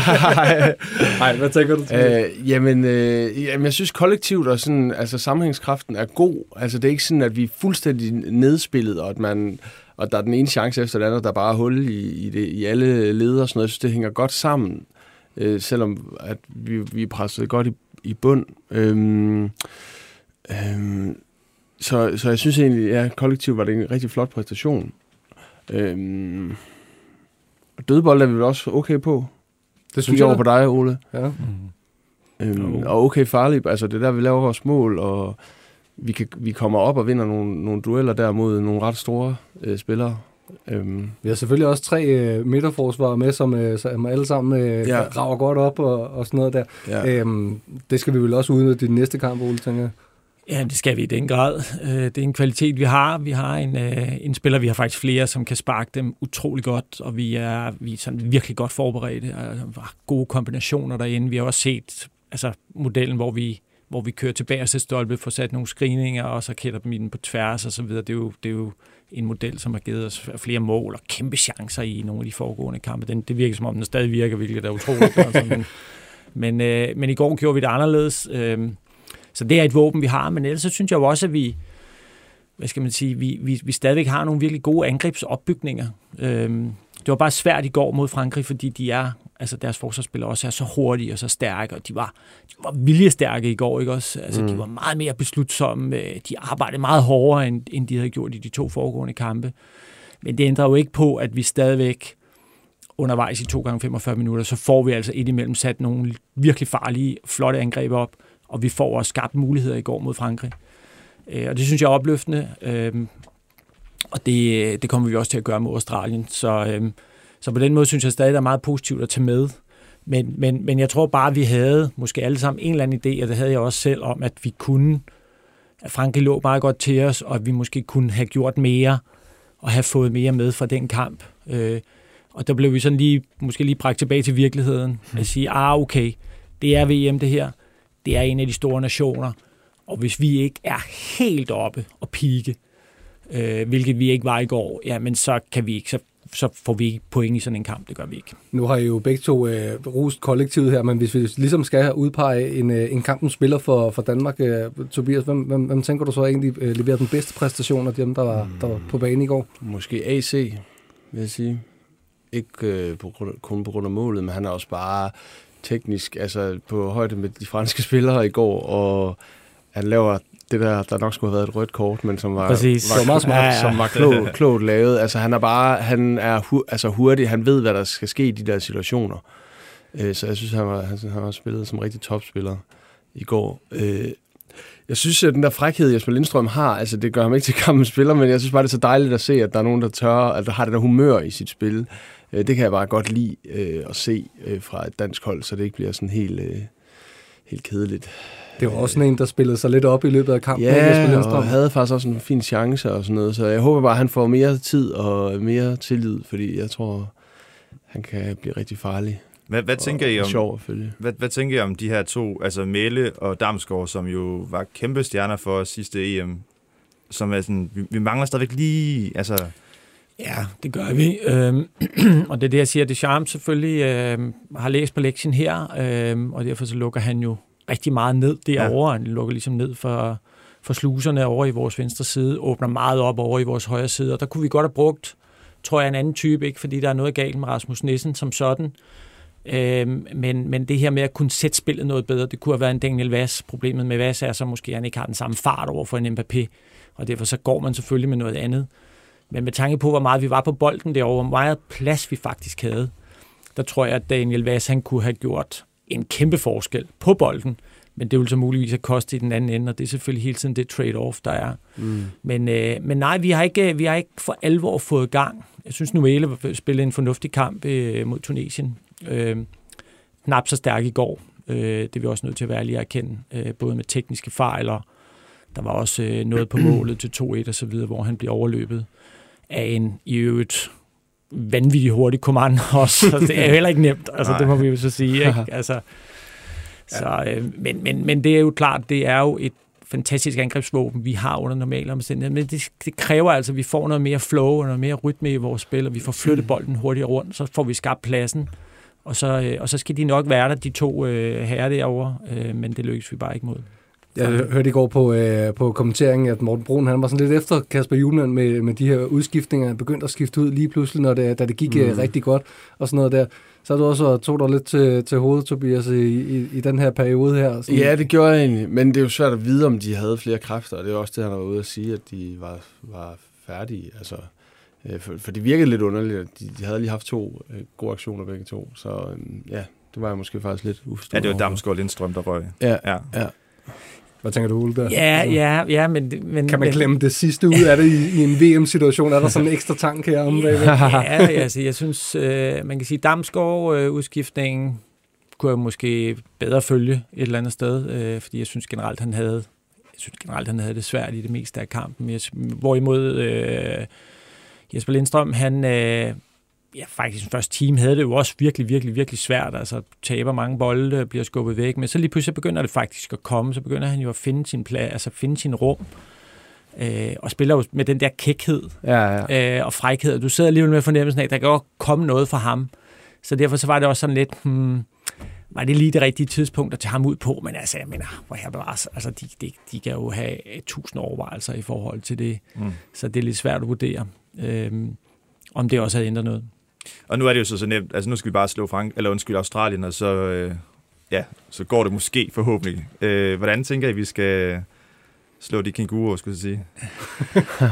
S2: Nej, hvad tænker du til?
S5: Øh, jamen, øh, jamen, jeg synes kollektivt og sådan, altså sammenhængskraften er god. Altså, det er ikke sådan, at vi er fuldstændig nedspillet, og at man, og der er den ene chance efter den anden, der bare er hul i, i, det, i alle leder og sådan noget. Jeg synes, det hænger godt sammen, øh, selvom at vi, vi er presset godt i, i bund. Øhm, øhm, så, så jeg synes egentlig, ja, kollektivt var det en rigtig flot præstation. Øhm, dødbold er vi vel også okay på. Det synes jeg over på dig, Ole.
S2: Ja.
S5: Mm. Øhm, og okay farligt. Altså det er der, vi laver vores mål, og vi, kan, vi kommer op og vinder nogle, nogle dueller der mod nogle ret store øh, spillere. Øhm.
S2: Vi har selvfølgelig også tre øh, midterforsvarer med, som, øh, som alle sammen øh, ja. rager godt op og, og sådan noget der. Ja. Øhm, det skal vi vel også udnytte i den næste kamp, Ole, tænker jeg.
S4: Ja, det skal vi i den grad. Det er en kvalitet, vi har. Vi har en, en spiller, vi har faktisk flere, som kan sparke dem utrolig godt, og vi er, vi er sådan virkelig godt forberedte. Vi har gode kombinationer derinde. Vi har også set altså, modellen, hvor vi, hvor vi kører tilbage til stolpe, får sat nogle screeninger, og så kætter dem i den på tværs og så videre. Det er jo, det er jo en model, som har givet os flere mål og kæmpe chancer i nogle af de foregående kampe. Den, det virker som om, den stadig virker, hvilket er utroligt. altså, men, men, øh, men i går gjorde vi det anderledes. Øh, Så det er et våben, vi har, men ellers så synes jeg jo også, at vi, hvad skal man sige, vi, vi, vi stadigvæk har nogle virkelig gode angrebsopbygninger. Øhm, det var bare svært i går mod Frankrig, fordi de er, altså deres forsvarsspillere også er så hurtige og så stærke, og de var, de var viljestærke i går, ikke også? Altså mm. de var meget mere beslutsomme, de arbejdede meget hårdere, end, end de havde gjort i de to foregående kampe. Men det ændrer jo ikke på, at vi stadigvæk undervejs i to gange femogfyrre minutter, så får vi altså et imellem sat nogle virkelig farlige, flotte angreb op, og vi får også skabt muligheder i går mod Frankrig. Øh, og det synes jeg er opløftende, øh, og det, det kommer vi også til at gøre med Australien. Så, øh, så på den måde synes jeg stadig, der er meget positivt at tage med. Men, men, men jeg tror bare, at vi havde måske alle sammen en eller anden idé, og det havde jeg også selv om, at vi kunne, at Frankrig lå meget godt til os, og at vi måske kunne have gjort mere, og have fået mere med fra den kamp. Øh, og der blev vi sådan lige, måske lige bragt tilbage til virkeligheden, at sige, ah okay, det er V M det her, det er en af de store nationer, og hvis vi ikke er helt oppe og pike, øh, hvilket vi ikke var i går, ja, men så kan vi ikke, så, så får vi ikke point i sådan en kamp, det gør vi ikke.
S2: Nu har I jo begge to øh, rost kollektivet her, men hvis vi ligesom skal udpege en, øh, en kampens spiller for, for Danmark, øh, Tobias, hvem, hvem, hvem tænker du så egentlig øh, leverer den bedste præstation af dem, der var, der var på banen i går?
S5: Måske A C, vil jeg sige. Ikke øh, på grund, kun på grund af målet, men han er også bare teknisk, altså på højde med de franske spillere i går, og han laver det der, der nok skulle have været et rødt kort, men som var, var, var, smart, ja, ja. som var klogt, klogt lavet. Altså han er bare, han er hu, altså hurtig, han ved, hvad der skal ske i de der situationer. Øh, så jeg synes, han var, han, han var spillet som rigtig topspiller i går. Øh, jeg synes, at den der frækhed, Jesper Lindstrøm har, altså det gør ham ikke til kampens spiller, men jeg synes bare, det er så dejligt at se, at der er nogen, der tør, at der har det der humør i sit spil. Det kan jeg bare godt lide øh, at se øh, fra et dansk hold, så det ikke bliver sådan helt, øh, helt kedeligt.
S2: Det var også en, der spillede sig lidt op i løbet af kampen.
S5: Ja, og havde faktisk også en fin chance og sådan noget. Så jeg håber bare, at han får mere tid og mere tillid, fordi jeg tror, han kan blive rigtig farlig.
S3: Hvad, hvad tænker I om?
S5: Sjov at følge.
S3: Hvad, hvad tænker I om de her to, altså Mæhle og Damsgaard, som jo var kæmpe stjerner for os sidste E M, som er sådan, vi, vi mangler stadigvæk lige, altså.
S4: Ja, det gør vi. Øhm, og det er det, jeg siger. Deschamps selvfølgelig øhm, har læst på lektien her, øhm, og derfor så lukker han jo rigtig meget ned derovre. Ja. Han lukker ligesom ned for, for sluserne over i vores venstre side, åbner meget op over i vores højre side, og der kunne vi godt have brugt, tror jeg, en anden type, ikke fordi der er noget galt med Rasmus Nissen som sådan. Øhm, men, men det her med at kunne sætte spillet noget bedre, det kunne have været en Daniel Vaz. Problemet med Vaz er så måske, at han ikke har den samme fart over for en Mbappé, og derfor så går man selvfølgelig med noget andet. Men med tanke på, hvor meget vi var på bolden derovre, hvor meget plads vi faktisk havde, der tror jeg, at Daniel Vaz, han kunne have gjort en kæmpe forskel på bolden, men det vil så muligvis have kostet i den anden ende, og det er selvfølgelig hele tiden det trade-off, der er. Mm. Men, øh, men nej, vi har, ikke, vi har ikke for alvor fået gang. Jeg synes, Noelle spillede en fornuftig kamp øh, mod Tunesien. Øh, knap så stærk i går. Øh, det er vi også nødt til at være ærlige at erkende. Øh, både med tekniske fejl, og der var også øh, noget på målet til to et og så videre, hvor han bliver overløbet af en i øvrigt vanvittig hurtig kommando også. Så det er jo heller ikke nemt. Altså, det må vi jo så sige. Ikke? Altså, så, øh, men, men, men det er jo klart, det er jo et fantastisk angrebsvåben, vi har under normale omstændigheder. Men det, det kræver altså, at vi får noget mere flow og noget mere rytme i vores spil, og vi får flyttet bolden hurtigere rundt, så får vi skabt pladsen. Og så, øh, og så skal de nok være der, de to øh, herrer derovre, øh, men det lykkes vi bare ikke mod.
S2: Jeg hørte i går på, øh, på kommenteringen, at Morten Brun, han var sådan lidt efter Kasper Hjulmand med, med de her udskiftninger. Han begyndte at skifte ud lige pludselig, når det, da det gik mm. rigtig godt og sådan noget der. Så har du også tog dig lidt til, til hovedet, Tobias, i, i, i den her periode her. Sådan.
S5: Ja, det gjorde jeg egentlig, men det er jo svært at vide, om de havde flere kræfter, og det er også det, han var ude at sige, at de var, var færdige. Altså, for, for det virkede lidt underligt, de, de havde lige haft to øh, gode aktioner begge to, så øh, ja, det var jeg måske faktisk lidt uforstående.
S3: Ja, det var Damsgaard og Lindstrøm, der røg.
S5: Ja, ja. ja.
S2: Hvad tænker du, Ole, der?
S4: Ja, ja, ja, men... men
S2: kan man
S4: men,
S2: glemme det sidste ud af det i, i en V M-situation? Er der sådan en ekstra tank her om bagved?
S4: Ja, altså, jeg synes, øh, man kan sige, Damsgaard-udskiftningen øh, kunne jeg måske bedre følge et eller andet sted, øh, fordi jeg synes generelt, han havde jeg synes generelt, han havde det svært i det meste af kampen. Jeg, hvorimod øh, Jesper Lindstrøm, han... Øh, ja, faktisk første team havde det jo også virkelig, virkelig, virkelig svært. Altså taber mange bolde, bliver skubbet væk, men så lige pludselig begynder det faktisk at komme. Så begynder han jo at finde sin plads, altså finde sin rum, øh, og spiller jo med den der kækhed
S5: ja, ja.
S4: Øh, og frækhed. Du sidder alligevel med fornemmelsen af, at der kan også komme noget fra ham. Så derfor så var det også sådan lidt, hmm, var det lige det rigtige tidspunkt at tage ham ud på? Men altså, jeg mener, hvor her bevares, altså de, de, de kan jo have tusind overvejelser i forhold til det. Mm. Så det er lidt svært at vurdere, øh, om det også havde ændret noget.
S3: Og nu er det jo så, så nemt. Altså nu skal vi bare slå Frank eller undskyld Australien, og så øh, ja, så går det måske forhåbentlig. Øh, hvordan tænker I, vi skal slå de kænguruer, skulle jeg sige?
S5: oh,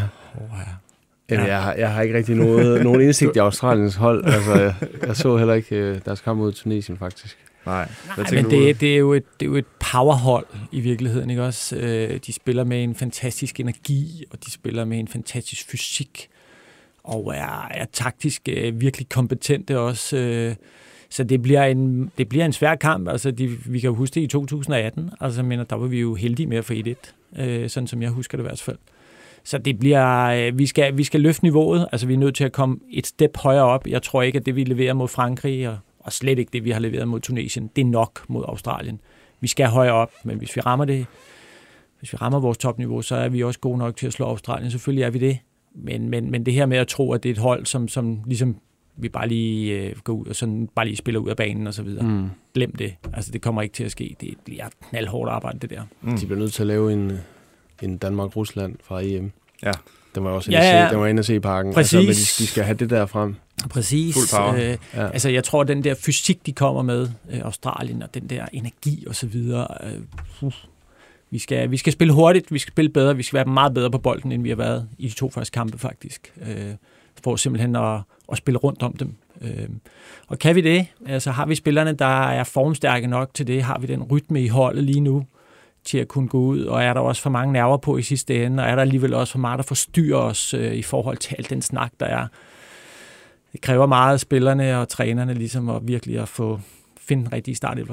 S5: ja. Ja. Jeg, har, jeg har ikke rigtig noget, nogen indsigt i Australiens hold. Altså, jeg, jeg så heller ikke deres kamp mod Tunesien, faktisk.
S3: Nej,
S4: Nej men det, det, er jo et, det er jo et powerhold i virkeligheden, ikke også? De spiller med en fantastisk energi, og de spiller med en fantastisk fysik, og er, er taktisk øh, virkelig kompetente også. Øh, så det bliver en, det bliver en svær kamp. Altså, de, vi kan jo huske det i to tusind atten. Altså, men der var vi jo heldige med at få et et, øh, sådan som jeg husker det i hvert fald. Så det bliver, øh, vi, skal, vi skal løfte niveauet. Altså, vi er nødt til at komme et step højere op. Jeg tror ikke, at det, vi leverer mod Frankrig, og, og slet ikke det, vi har leveret mod Tunesien, det er nok mod Australien. Vi skal højere op, men hvis vi rammer det, hvis vi rammer vores topniveau, så er vi også gode nok til at slå Australien. Selvfølgelig er vi det. Men, men, men det her med at tro, at det er et hold, som, som ligesom vi bare lige øh, går ud og sådan bare lige spiller ud af banen og så videre. Mm. Glem det. Altså, det kommer ikke til at ske. Det bliver knaldhårdt arbejde, det der.
S5: Mm. De bliver nødt til at lave en, en Danmark-Rusland fra E M.
S3: Ja.
S5: Den var også
S4: ja, ja.
S5: Den var inde at se i parken.
S4: Præcis.
S5: Altså, de, de skal have det der frem.
S4: Præcis.
S3: Fuld power.
S4: Øh, ja. Altså, jeg tror, den der fysik, de kommer med, øh, Australien, og den der energi og så videre, øh, uh, Vi skal, vi skal spille hurtigt, vi skal spille bedre, vi skal være meget bedre på bolden, end vi har været i de to første kampe faktisk. Øh, for simpelthen at, at spille rundt om dem. Øh, og kan vi det, altså har vi spillerne, der er formstærke nok til det, har vi den rytme i holdet lige nu, til at kunne gå ud, og er der også for mange nerver på i sidste ende, og er der alligevel også for meget, der forstyrrer os øh, i forhold til al den snak, der er. Det kræver meget af spillerne og trænerne ligesom at virkelig at få finde den rigtige startelver.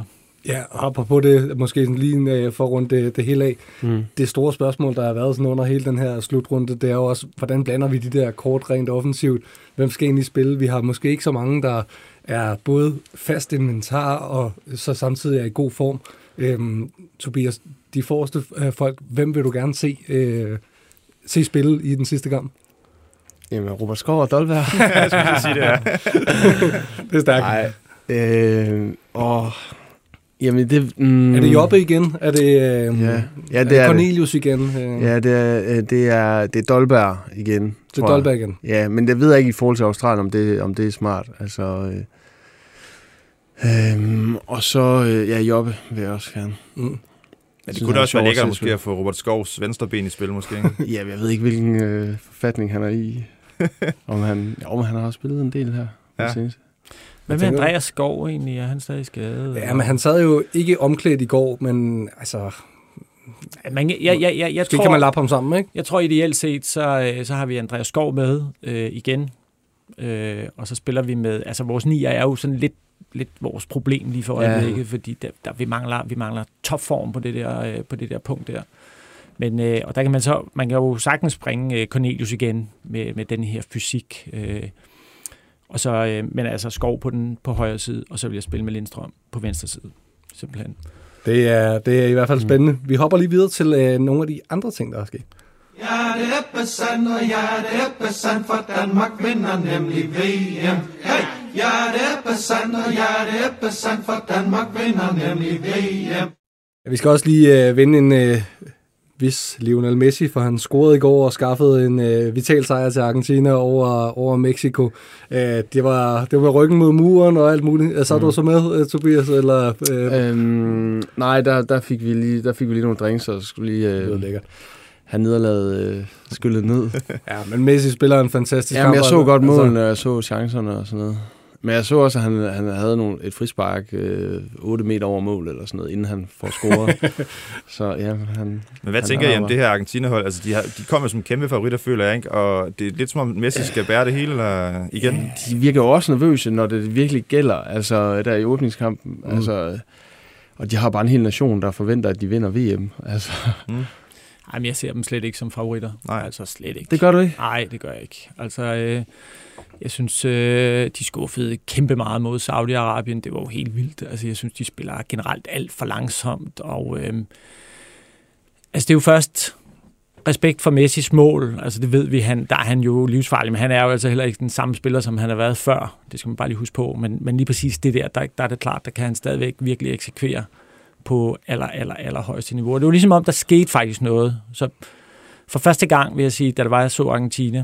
S2: Ja, og apropos det, måske sådan lige uh, for at runde det, det hele af. Mm. Det store spørgsmål, der har været sådan under hele den her slutrunde, det er jo også, hvordan blander vi de der kort rent offensivt? Hvem skal egentlig spille? Vi har måske ikke så mange, der er både fast inventar og så samtidig er i god form. Øhm, Tobias, de forreste uh, folk, hvem vil du gerne se, uh, se spille i den sidste kamp?
S5: Jamen, Robert Skov og Dolberg.
S3: Jeg skulle sige det, ja.
S2: Det er stærkt.
S5: Nej, øh, og... Jamen, det... Mm,
S2: er det Jobbe igen? Er det, øh,
S5: ja. Ja, det
S2: er
S5: er
S2: Cornelius det. igen? Øh?
S5: Ja, det er, det er, det er Dolberg igen.
S2: Det er Dolberg igen?
S5: Ja, men det ved jeg ikke i forhold til Australien, om det, om det er smart. Altså, øh, øh, og så, øh, ja, Jobbe vil jeg også gerne.
S3: Mm. Men det synes, kunne da også være lækkert måske at få Robert Skovs venstreben i spil, måske.
S5: Ja, jeg ved ikke, hvilken øh, forfatning han er i. om han, jo, men han har også spillet en del her.
S3: Ja.
S4: Hvad med Andreas Skov egentlig? Er han stadig skadet?
S2: Ja, men han sad jo ikke omklædt i går, men altså...
S4: Man, jeg, jeg, jeg, jeg tror,
S2: kan man lappe ham sammen, ikke?
S4: Jeg tror ideelt set, så, så har vi Andreas Skov med øh, igen. Øh, og så spiller vi med... Altså, vores nier er jo sådan lidt, lidt vores problem lige for øjeblikket, ja. fordi der, der, vi mangler, vi mangler topform på det der, øh, på det der punkt der. Men, øh, og der kan man så... Man kan jo sagtens springe øh, Cornelius igen med, med den her fysik... Øh, Og så, øh, men altså Skov på den på højre side, og så vil jeg spille med Lindstrøm på venstre side, simpelthen.
S2: Det er, det er i hvert fald spændende. Vi hopper lige videre til øh, nogle af de andre ting, der er sket.
S6: Ja, det er besandt, og ja, det er besandt, for Danmark vinder nemlig V M. Hey! Ja, det er besandt, og ja, det er besandt, for Danmark vinder nemlig V M.
S2: Vi skal også lige øh, vinde en... Øh, hvis Lionel Messi, for han scorede i går og skaffede en øh, vital sejr til Argentina over, over Mexico. Øh, det, var, det var ryggen mod muren og alt muligt. Så er mm. du så med, Tobias? Eller, øh?
S5: øhm, nej, der, der, fik vi lige, der fik vi lige nogle drinks, og skulle lige øh, have nederlaget øh, skyllet ned.
S2: Ja, men Messi spiller en fantastisk
S5: kamp.
S2: kamp.
S5: Jeg så godt målen, og jeg så chancerne og sådan noget. Men jeg så også, at han, han havde nogle, et frispark øh, otte meter over mål, eller sådan noget, inden han får scoret. Så ja, han...
S3: Men hvad
S5: han
S3: tænker I om det her Argentina-hold? Altså, de, har, de kommer som kæmpe favoritter, føler jeg, ikke? Og det er lidt som om Messi skal bære det hele, eller igen?
S5: Ja, de virker jo også nervøse, når det virkelig gælder, altså der i åbningskampen. Mm. Altså, og de har bare en hel nation, der forventer, at de vinder V M. Altså... Mm.
S4: Ej, men jeg ser dem slet ikke som favoritter.
S5: Nej.
S4: Altså slet ikke.
S5: Det gør du ikke?
S4: Nej, det gør jeg ikke. Altså... Øh Jeg synes, øh, de skuffede kæmpe meget mod Saudi-Arabien. Det var jo helt vildt. Altså, jeg synes, de spiller generelt alt for langsomt. Og, øh, altså, det er jo først respekt for Messis mål. Altså, det ved vi, han, der er han jo livsfarlig, men han er jo altså heller ikke den samme spiller, som han har været før. Det skal man bare lige huske på. Men, men lige præcis det der, der, der er det klart, der kan han stadigvæk virkelig eksekvere på aller, aller, aller højeste niveau. Det var ligesom om, der skete faktisk noget. Så for første gang, vil jeg sige, da det var, jeg så Argentina,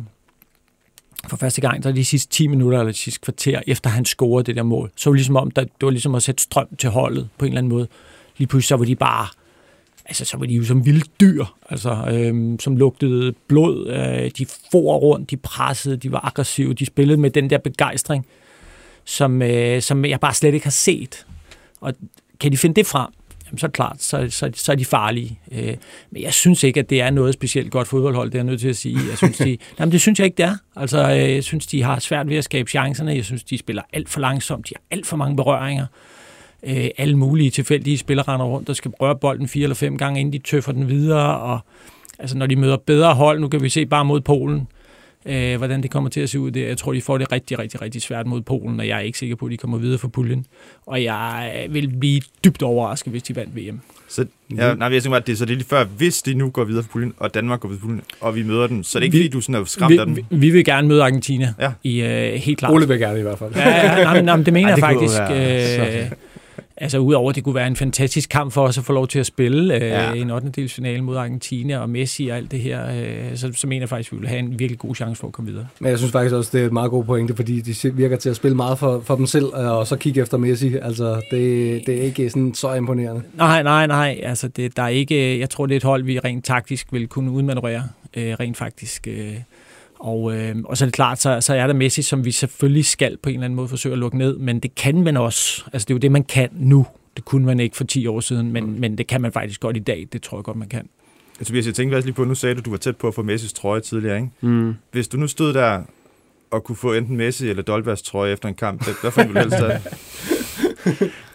S4: for første gang, der de sidste ti minutter eller de sidste kvarter, efter han scorede det der mål, så var det ligesom om, der, det var ligesom at sætte strøm til holdet på en eller anden måde. Lige pludselig så var de bare, altså så var de jo som vilde dyr, altså øhm, som lugtede blod. Øh, de for rundt, de pressede, de var aggressive, de spillede med den der begejstring, som, øh, som jeg bare slet ikke har set. Og kan de finde det frem? Jamen, så er det klart, så, så, så er de farlige. Øh, men jeg synes ikke, at det er noget specielt godt fodboldhold, det er jeg nødt til at sige. Jeg synes, de, jamen, det synes jeg ikke, det er. Altså, øh, jeg synes, de har svært ved at skabe chancerne. Jeg synes, de spiller alt for langsomt. De har alt for mange berøringer. Øh, alle mulige tilfældige spillere render rundt og skal røre bolden fire eller fem gange, inden de tøffer den videre. Og, altså, når de møder bedre hold, nu kan vi se bare mod Polen, øh, hvordan det kommer til at se ud der. Jeg tror, de får det rigtig, rigtig, rigtig svært mod Polen, og jeg er ikke sikker på, at de kommer videre fra puljen. Og jeg vil blive dybt overrasket, hvis de vandt V M.
S3: Så, ja, nej, jeg tænker bare, at det er så det lige før, hvis de nu går videre fra puljen, og Danmark går videre fra puljen, og vi møder dem, så er det ikke, vi, fordi du sådan er skræmt
S4: vi,
S3: af dem?
S4: Vi, vi vil gerne møde Argentina,
S3: ja.
S4: i, uh, helt klart.
S2: Ole vil gerne i hvert fald.
S4: Ja, ja, nej, nej, det mener
S5: Ej, det
S4: jeg faktisk.
S5: Være,
S4: øh, altså, udover at det kunne være en fantastisk kamp for os at få lov til at spille øh,
S5: ja.
S4: en ottendedelsfinale mod Argentina og Messi og alt det her, øh, så, så mener jeg faktisk, at vi vil have en virkelig god chance for at komme videre.
S2: Men jeg synes faktisk også, det er et meget god pointe, fordi de virker til at spille meget for, for dem selv, og så kigge efter Messi. Altså, det, det er ikke sådan så imponerende.
S4: Nej, nej, nej. Altså, det, der er ikke, jeg tror, det er et hold, vi rent taktisk vil kunne udmanøvrere, øh, rent faktisk. Øh, og, øh, og så er det klart, så, så er der Messi, som vi selvfølgelig skal på en eller anden måde forsøge at lukke ned, men det kan man også. Altså, det er jo det, man kan nu. Det kunne man ikke for ti år siden, men, mm. men det kan man faktisk godt i dag. Det tror jeg godt, man kan.
S3: Jeg, Tobias, jeg tænkte faktisk lige på, nu sagde du, du var tæt på at få Messis trøje tidligere, ikke?
S5: Mm.
S3: Hvis du nu stod der og kunne få enten Messi eller Dolbergs trøje efter en kamp, hvad for en ville du helst have?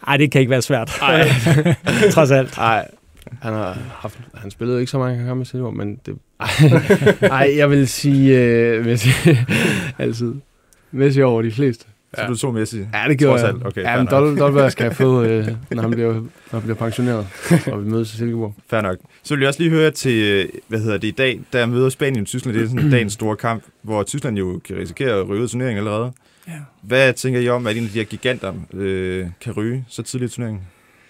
S4: Ej, det kan ikke være svært. Trods alt.
S5: Nej, han har haft, han spillede jo ikke så mange kampe sidste år, men det... Ej, jeg vil sige øh, Messi altid. Messi over de fleste.
S3: Så du tog Messi?
S5: Ja, det gjorde jeg.
S3: Okay,
S5: ja, men Dolberg skal jeg få, øh, når, han bliver, når han bliver pensioneret, og vi mødes i Silkeborg.
S3: Fair nok. Så vil jeg også lige høre til, hvad hedder det i dag, der møder Spanien og Tyskland. Det er sådan dagens store kamp, hvor Tyskland jo kan risikere at ryge ud af turneringen allerede. Ja. Hvad tænker I om, at en af de her giganter øh, kan ryge så tidligt i turneringen?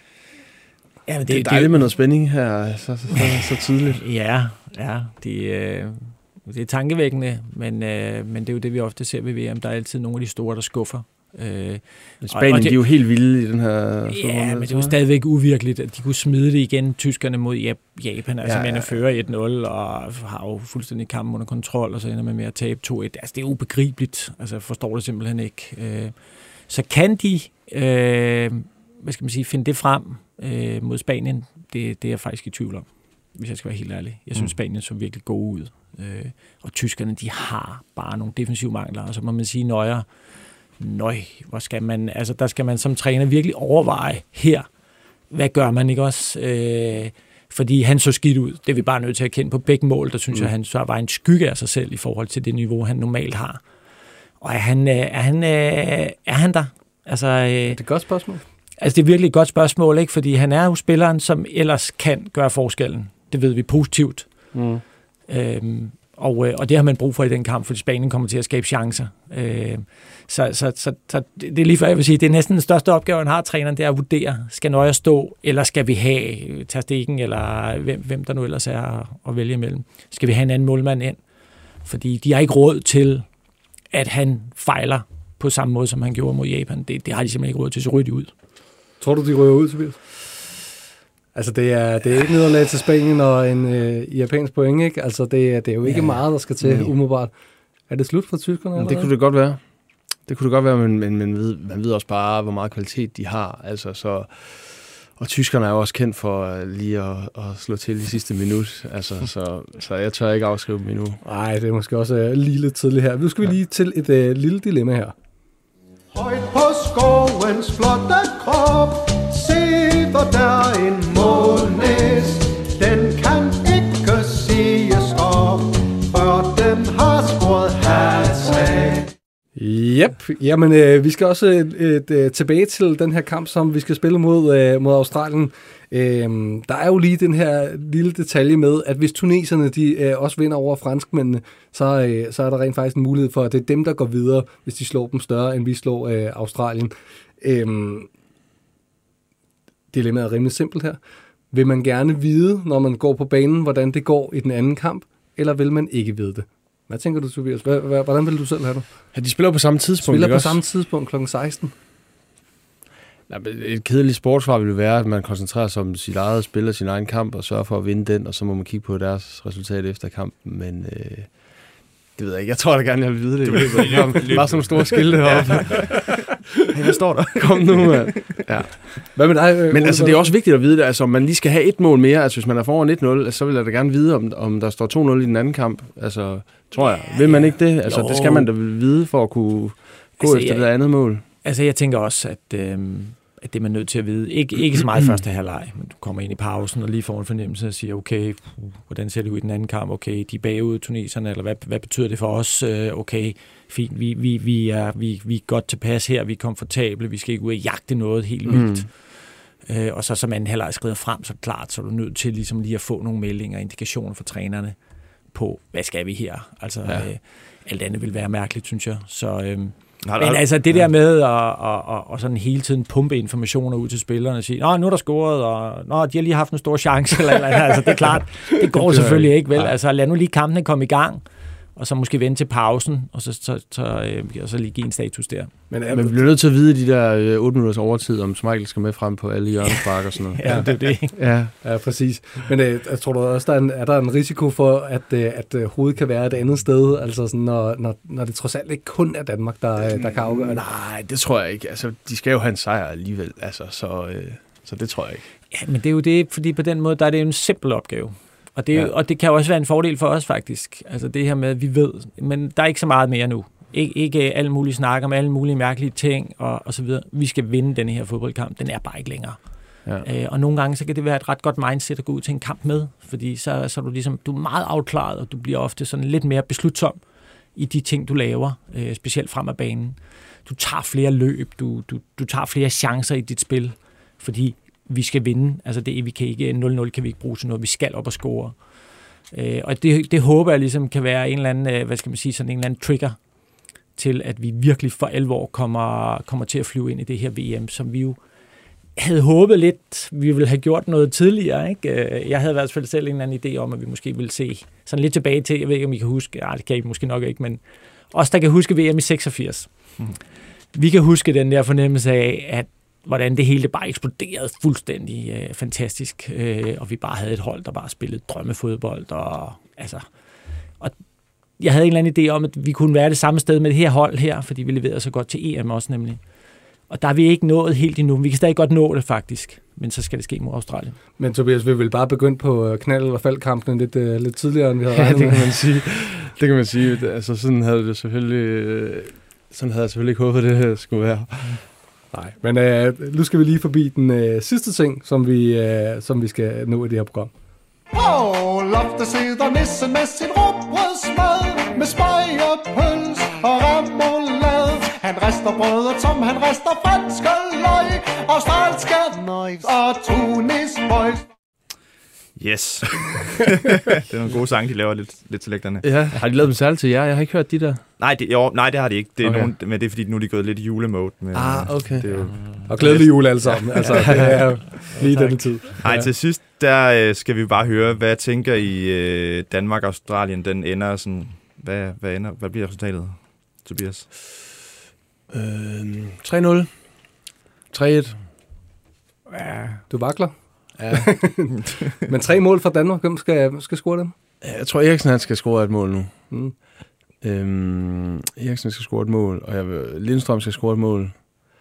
S5: Ja, men det, det er dejligt med noget spænding her, så, så, så, så tidligt.
S4: Ja, ja. Det, øh, det er tankevækkende, men, øh, men det er jo det, vi ofte ser ved V M. Der er altid nogle af de store, der skuffer. Øh,
S5: Spanien, og, og det, de er jo helt vilde i den her...
S4: Ja, men det er jo stadigvæk uvirkeligt, at de kunne smide det igen, tyskerne mod Japan. Altså, ja, man er fører et nul og har jo fuldstændig kampen under kontrol, og så ender man med at tabe to et. Altså, det er ubegribeligt. Altså, jeg forstår det simpelthen ikke. Øh, så kan de, øh, hvad skal man sige, finde det frem øh, mod Spanien? Det, det er jeg faktisk i tvivl om, hvis jeg skal være helt ærlig. Jeg synes, mm. Spanien så virkelig gode ud. Øh, og tyskerne, de har bare nogle defensive mangler, og så må man sige, nøjer. Nøj, hvor skal man, altså der skal man som træner virkelig overveje her, hvad gør man, ikke også? Øh, fordi han så skidt ud. Det er vi bare nødt til at kende på begge mål. Der synes mm. jeg, han så var en skygge af sig selv i forhold til det niveau, han normalt har. Og er han, er han, er han der? Altså,
S2: det er et godt spørgsmål.
S4: Altså det er virkelig et godt spørgsmål, ikke? Fordi han er jo spilleren, som ellers kan gøre forskellen. Det ved vi positivt. Mm. Øhm, Og, og det har man brug for i den kamp, fordi Spanien kommer til at skabe chancer. Øh, så, så, så, så det er lige før, jeg vil sige, det er næsten den største opgave, han har, træneren, det er at vurdere, skal Neuer stå, eller skal vi have Ter Stegen, eller hvem, hvem der nu ellers er at vælge imellem. Skal vi have en anden målmand ind? Fordi de har ikke råd til, at han fejler på samme måde, som han gjorde mod Japan. Det, det har de simpelthen ikke råd til, så ryger de ud.
S2: Tror du, de ryger ud, Tobias? Altså, det er, det er ikke nederlag til Spanien og en øh, japansk point, ikke? Altså, det er, det er jo ikke ja, meget, der skal til, nej. Umiddelbart. Er det slut for tyskerne?
S5: Eller det kunne det godt være. Det kunne det godt være, men, men, men ved, man ved også bare, hvor meget kvalitet de har. Altså, så, og tyskerne er jo også kendt for lige at, at slå til i sidste minut. Altså, så, så jeg tør ikke afskrive dem endnu.
S2: Nej, det er måske også uh, lige lidt tidligt her. Nu skal vi lige til et uh, lille dilemma her.
S6: Højt på skovens flotte krop sidder der en målnæs. Den kan ikke sige stop, for den har scoret hat-trick.
S2: Yep, jamen øh, vi skal også et, et, tilbage til den her kamp, som vi skal spille mod, øh, mod Australien. Øh, der er jo lige den her lille detalje med, at hvis tuneserne de øh, også vinder over franskmændene, så, øh, så er der rent faktisk en mulighed for, at det er dem, der går videre, hvis de slår dem større, end vi slår øh, Australien. Øh, dilemmaet er rimelig simpelt her. Vil man gerne vide, når man går på banen, hvordan det går i den anden kamp, eller vil man ikke vide det? Hvad tænker du, Tobias? Hvordan vil du selv have det?
S5: Ja, de spiller på samme tidspunkt.
S2: Spiller på også? samme tidspunkt klokken seksten.
S5: Et kedeligt sportsvar vil være, at man koncentrerer sig om sit eget spil og sin egen kamp, og sørger for at vinde den, og så må man kigge på deres resultat efter kampen. Men øh, det ved jeg ikke. Jeg tror da gerne, jeg vil vide det. Du løber, løber. Bare sådan nogle store skilte heroppe.
S3: Hey, hvad står der?
S5: Kom nu, mand. Ja. Hvad med dig? Øh, Men altså, det er også vigtigt at vide det. Altså, om man lige skal have et mål mere. Altså, hvis man er foran et nul, så vil jeg da gerne vide, om, om der står to nul i den anden kamp. Altså, tror jeg. Vil man ikke det? Altså, jo. Det skal man da vide for at kunne gå altså, efter jeg, det andet mål.
S4: Altså, jeg tænker også, at... Øh, at det er man nødt til at vide. Ikke, ikke så meget første halvleg, men du kommer ind i pausen og lige får en fornemmelse og siger, okay, hvordan ser det ud i den anden kamp? Okay, de er bagud, tuneserne, eller hvad, hvad betyder det for os? Okay, fint, vi, vi, vi, er, vi, vi er godt tilpas her, vi er komfortable, vi skal ikke ud og jagte noget helt vildt. Mm. Øh, og så som anden halvleg skrider frem, så klart, så er du nødt til ligesom lige at få nogle meldinger og indikationer fra trænerne på, hvad skal vi her? Altså, ja. øh, alt andet vil være mærkeligt, synes jeg. Så... Øh, Men altså det der med at, at, at, at sådan hele tiden pumpe informationer ud til spillerne og sige, nå, nu er der scoret, og nå, de har lige haft en stor chance, eller, eller altså det er klart, det går selvfølgelig ikke, vel? Altså lad nu lige kampene komme i gang, og så måske vente til pausen, og så, så, så, øh, og så lige give en status der.
S5: Men, Men vi bliver nødt til at vide de der øh, otte minutters overtid, om Schmeichel skal med frem på alle hjørnespark og sådan noget.
S4: Ja, det er det.
S2: Ja, ja, præcis. Men øh, jeg tror du også, der er, en, er der en risiko for, at, øh, at øh, hovedet kan være et andet sted, altså sådan, når, når, når det trods alt ikke kun er Danmark, der, øh, der kan afgøre?
S5: Nej, det tror jeg ikke. Altså, de skal jo have en sejr alligevel, altså, så, øh, så det tror jeg ikke.
S4: Ja, men det er jo det, fordi på den måde, der er det jo en simpel opgave. Og det, ja. og det kan jo også være en fordel for os, faktisk. Altså det her med, at vi ved, men der er ikke så meget mere nu. Ik- ikke alle mulige snak om alle mulige mærkelige ting og, og så videre. Vi skal vinde denne her fodboldkamp. Den er bare ikke længere. Ja. Øh, og nogle gange så kan det være et ret godt mindset at gå ud til en kamp med, fordi så, så er du ligesom du er meget afklaret, og du bliver ofte sådan lidt mere beslutsom i de ting, du laver, øh, specielt frem af banen. Du tager flere løb, du, du, du tager flere chancer i dit spil, fordi vi skal vinde. Altså det, vi kan ikke, nul nul kan vi ikke bruge til noget, vi skal op og score. Øh, og det, det håber jeg ligesom kan være en eller anden, øh, hvad skal man sige, sådan en eller anden trigger til, at vi virkelig for alvor kommer, kommer til at flyve ind i det her V M, som vi jo havde håbet lidt, vi ville have gjort noget tidligere. Ikke? Jeg havde i hvert fald selv en eller anden idé om, at vi måske ville se sådan lidt tilbage til, jeg ved ikke, om I kan huske, ja, det kan I måske nok ikke, men os, der kan huske V M i seksogfirs. Mm. Vi kan huske den der fornemmelse af, at hvordan det hele bare eksploderede fuldstændig øh, fantastisk, øh, og vi bare havde et hold, der bare spillede drømmefodbold, og altså... Og jeg havde en eller anden idé om, at vi kunne være det samme sted med det her hold her, fordi vi leverede så godt til E M også nemlig. Og der er vi ikke nået helt endnu. Vi kan stadig godt nå det faktisk, men så skal det ske mod Australien.
S2: Men Tobias, vi vil bare begynde på knald- eller faldkampen lidt, uh, lidt tidligere, end vi havde
S5: ja,
S2: regnet
S5: det
S2: med.
S5: kan man sige. Det kan man sige. Altså, sådan havde det selvfølgelig... Sådan havde jeg selvfølgelig ikke håbet, det skulle være.
S2: Nej, men uh, nu skal vi lige forbi den uh, sidste ting, som vi, uh, som vi skal nå i det her program.
S6: På loftet sidder nissen med sin rugbrødsmad, med spøg og pøls og remoulade. Han rester brødet, som han rester franske løg, australske nøjs og tunisbøjs.
S3: Yes. Det er nogle gode sange, de laver lidt, lidt til lægterne.
S5: Ja, har de lavet dem særligt til jer? Jeg har ikke hørt de der.
S3: Nej, det, jo, nej, det har de ikke. Det er
S5: okay.
S3: nogen, men det er fordi, nu er de gået lidt i julemode. Med,
S5: ah, okay.
S3: Det er jo,
S2: og glædelig jul alle sammen. Altså, det er lige denne tid.
S3: Nej, ja. Til sidst, der øh, skal vi bare høre, hvad tænker I øh, Danmark og Australien, den ender sådan... Hvad, hvad, ender, hvad bliver resultatet, Tobias?
S5: Øh, tre nul. tre et.
S2: Ja. Du vakler.
S5: Ja.
S2: Men tre mål fra Danmark, hvem skal, skal score dem?
S5: Jeg tror, Eriksen han skal score et mål nu.
S2: Mm.
S5: Øhm, Eriksen skal score et mål, og jeg vil, Lindstrøm skal score et mål.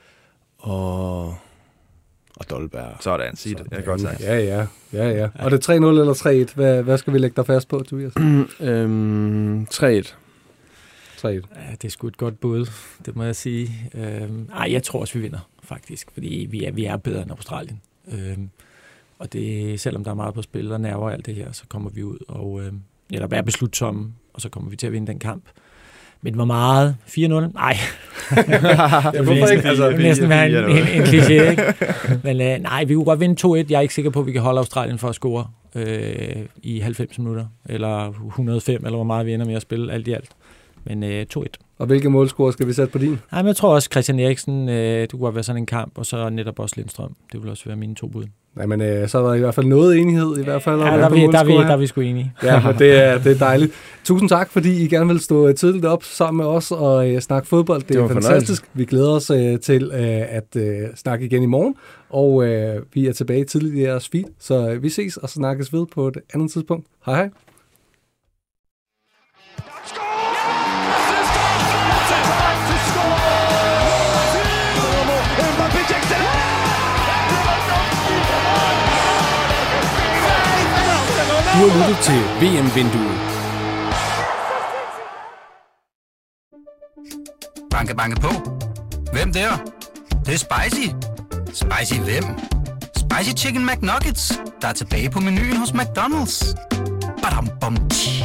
S5: Og, og Dolberg.
S3: Sådan, sig det. Jeg kan godt sagt.
S2: Ja, ja. ja, ja. Og det er tre nul eller tre et. Hvad, hvad skal vi lægge dig fast på, Tobias?
S5: øhm, tre et.
S2: tre et.
S4: Ja, det er sgu et godt bud, det må jeg sige. Øhm, ej, jeg tror også, vi vinder, faktisk. Fordi vi er, vi er bedre end Australien. Øhm, og det, selvom der er meget på spil og nerver og alt det her, så kommer vi ud og øhm, eller er beslutsomme, og så kommer vi til at vinde den kamp. Men hvor meget? fire nul? Nej.
S2: Ja, hvorfor ikke?
S4: Altså, det næsten være en, en, en kliché, ikke? Men øh, nej, vi kunne godt vinde to et. Jeg er ikke sikker på, at vi kan holde Australien for at score øh, i halvfems minutter, eller et hundrede og fem, eller hvor meget vi ender med at spille alt i alt. Men øh, to et.
S2: Og hvilke målscorer skal vi sætte på din?
S4: Nej, men jeg tror også, Christian Eriksen, øh, det kunne godt være sådan en kamp, og så netop også Lindstrøm. Det vil også være mine to bud.
S2: Nej, men øh, så er der i hvert fald noget enighed i hvert fald.
S4: Ja, der er, vi, der, er vi, der er vi sgu enige.
S2: Ja, men det er, det er dejligt. Tusind tak, fordi I gerne vil stå tidligt op sammen med os og øh, snakke fodbold. Det, det er fantastisk. Vi glæder os øh, til øh, at øh, snakke igen i morgen, og øh, vi er tilbage tidligt i jeres feed. Så øh, vi ses og snakkes ved på et andet tidspunkt. Hej hej.
S7: Du har lyttet til V M-vinduet.
S1: Banke, banke på. Hvem der? Det, det er spicy. Spicy hvem? Spicy Chicken McNuggets, der er tilbage på menuen hos McDonald's. Badum, bom, tji.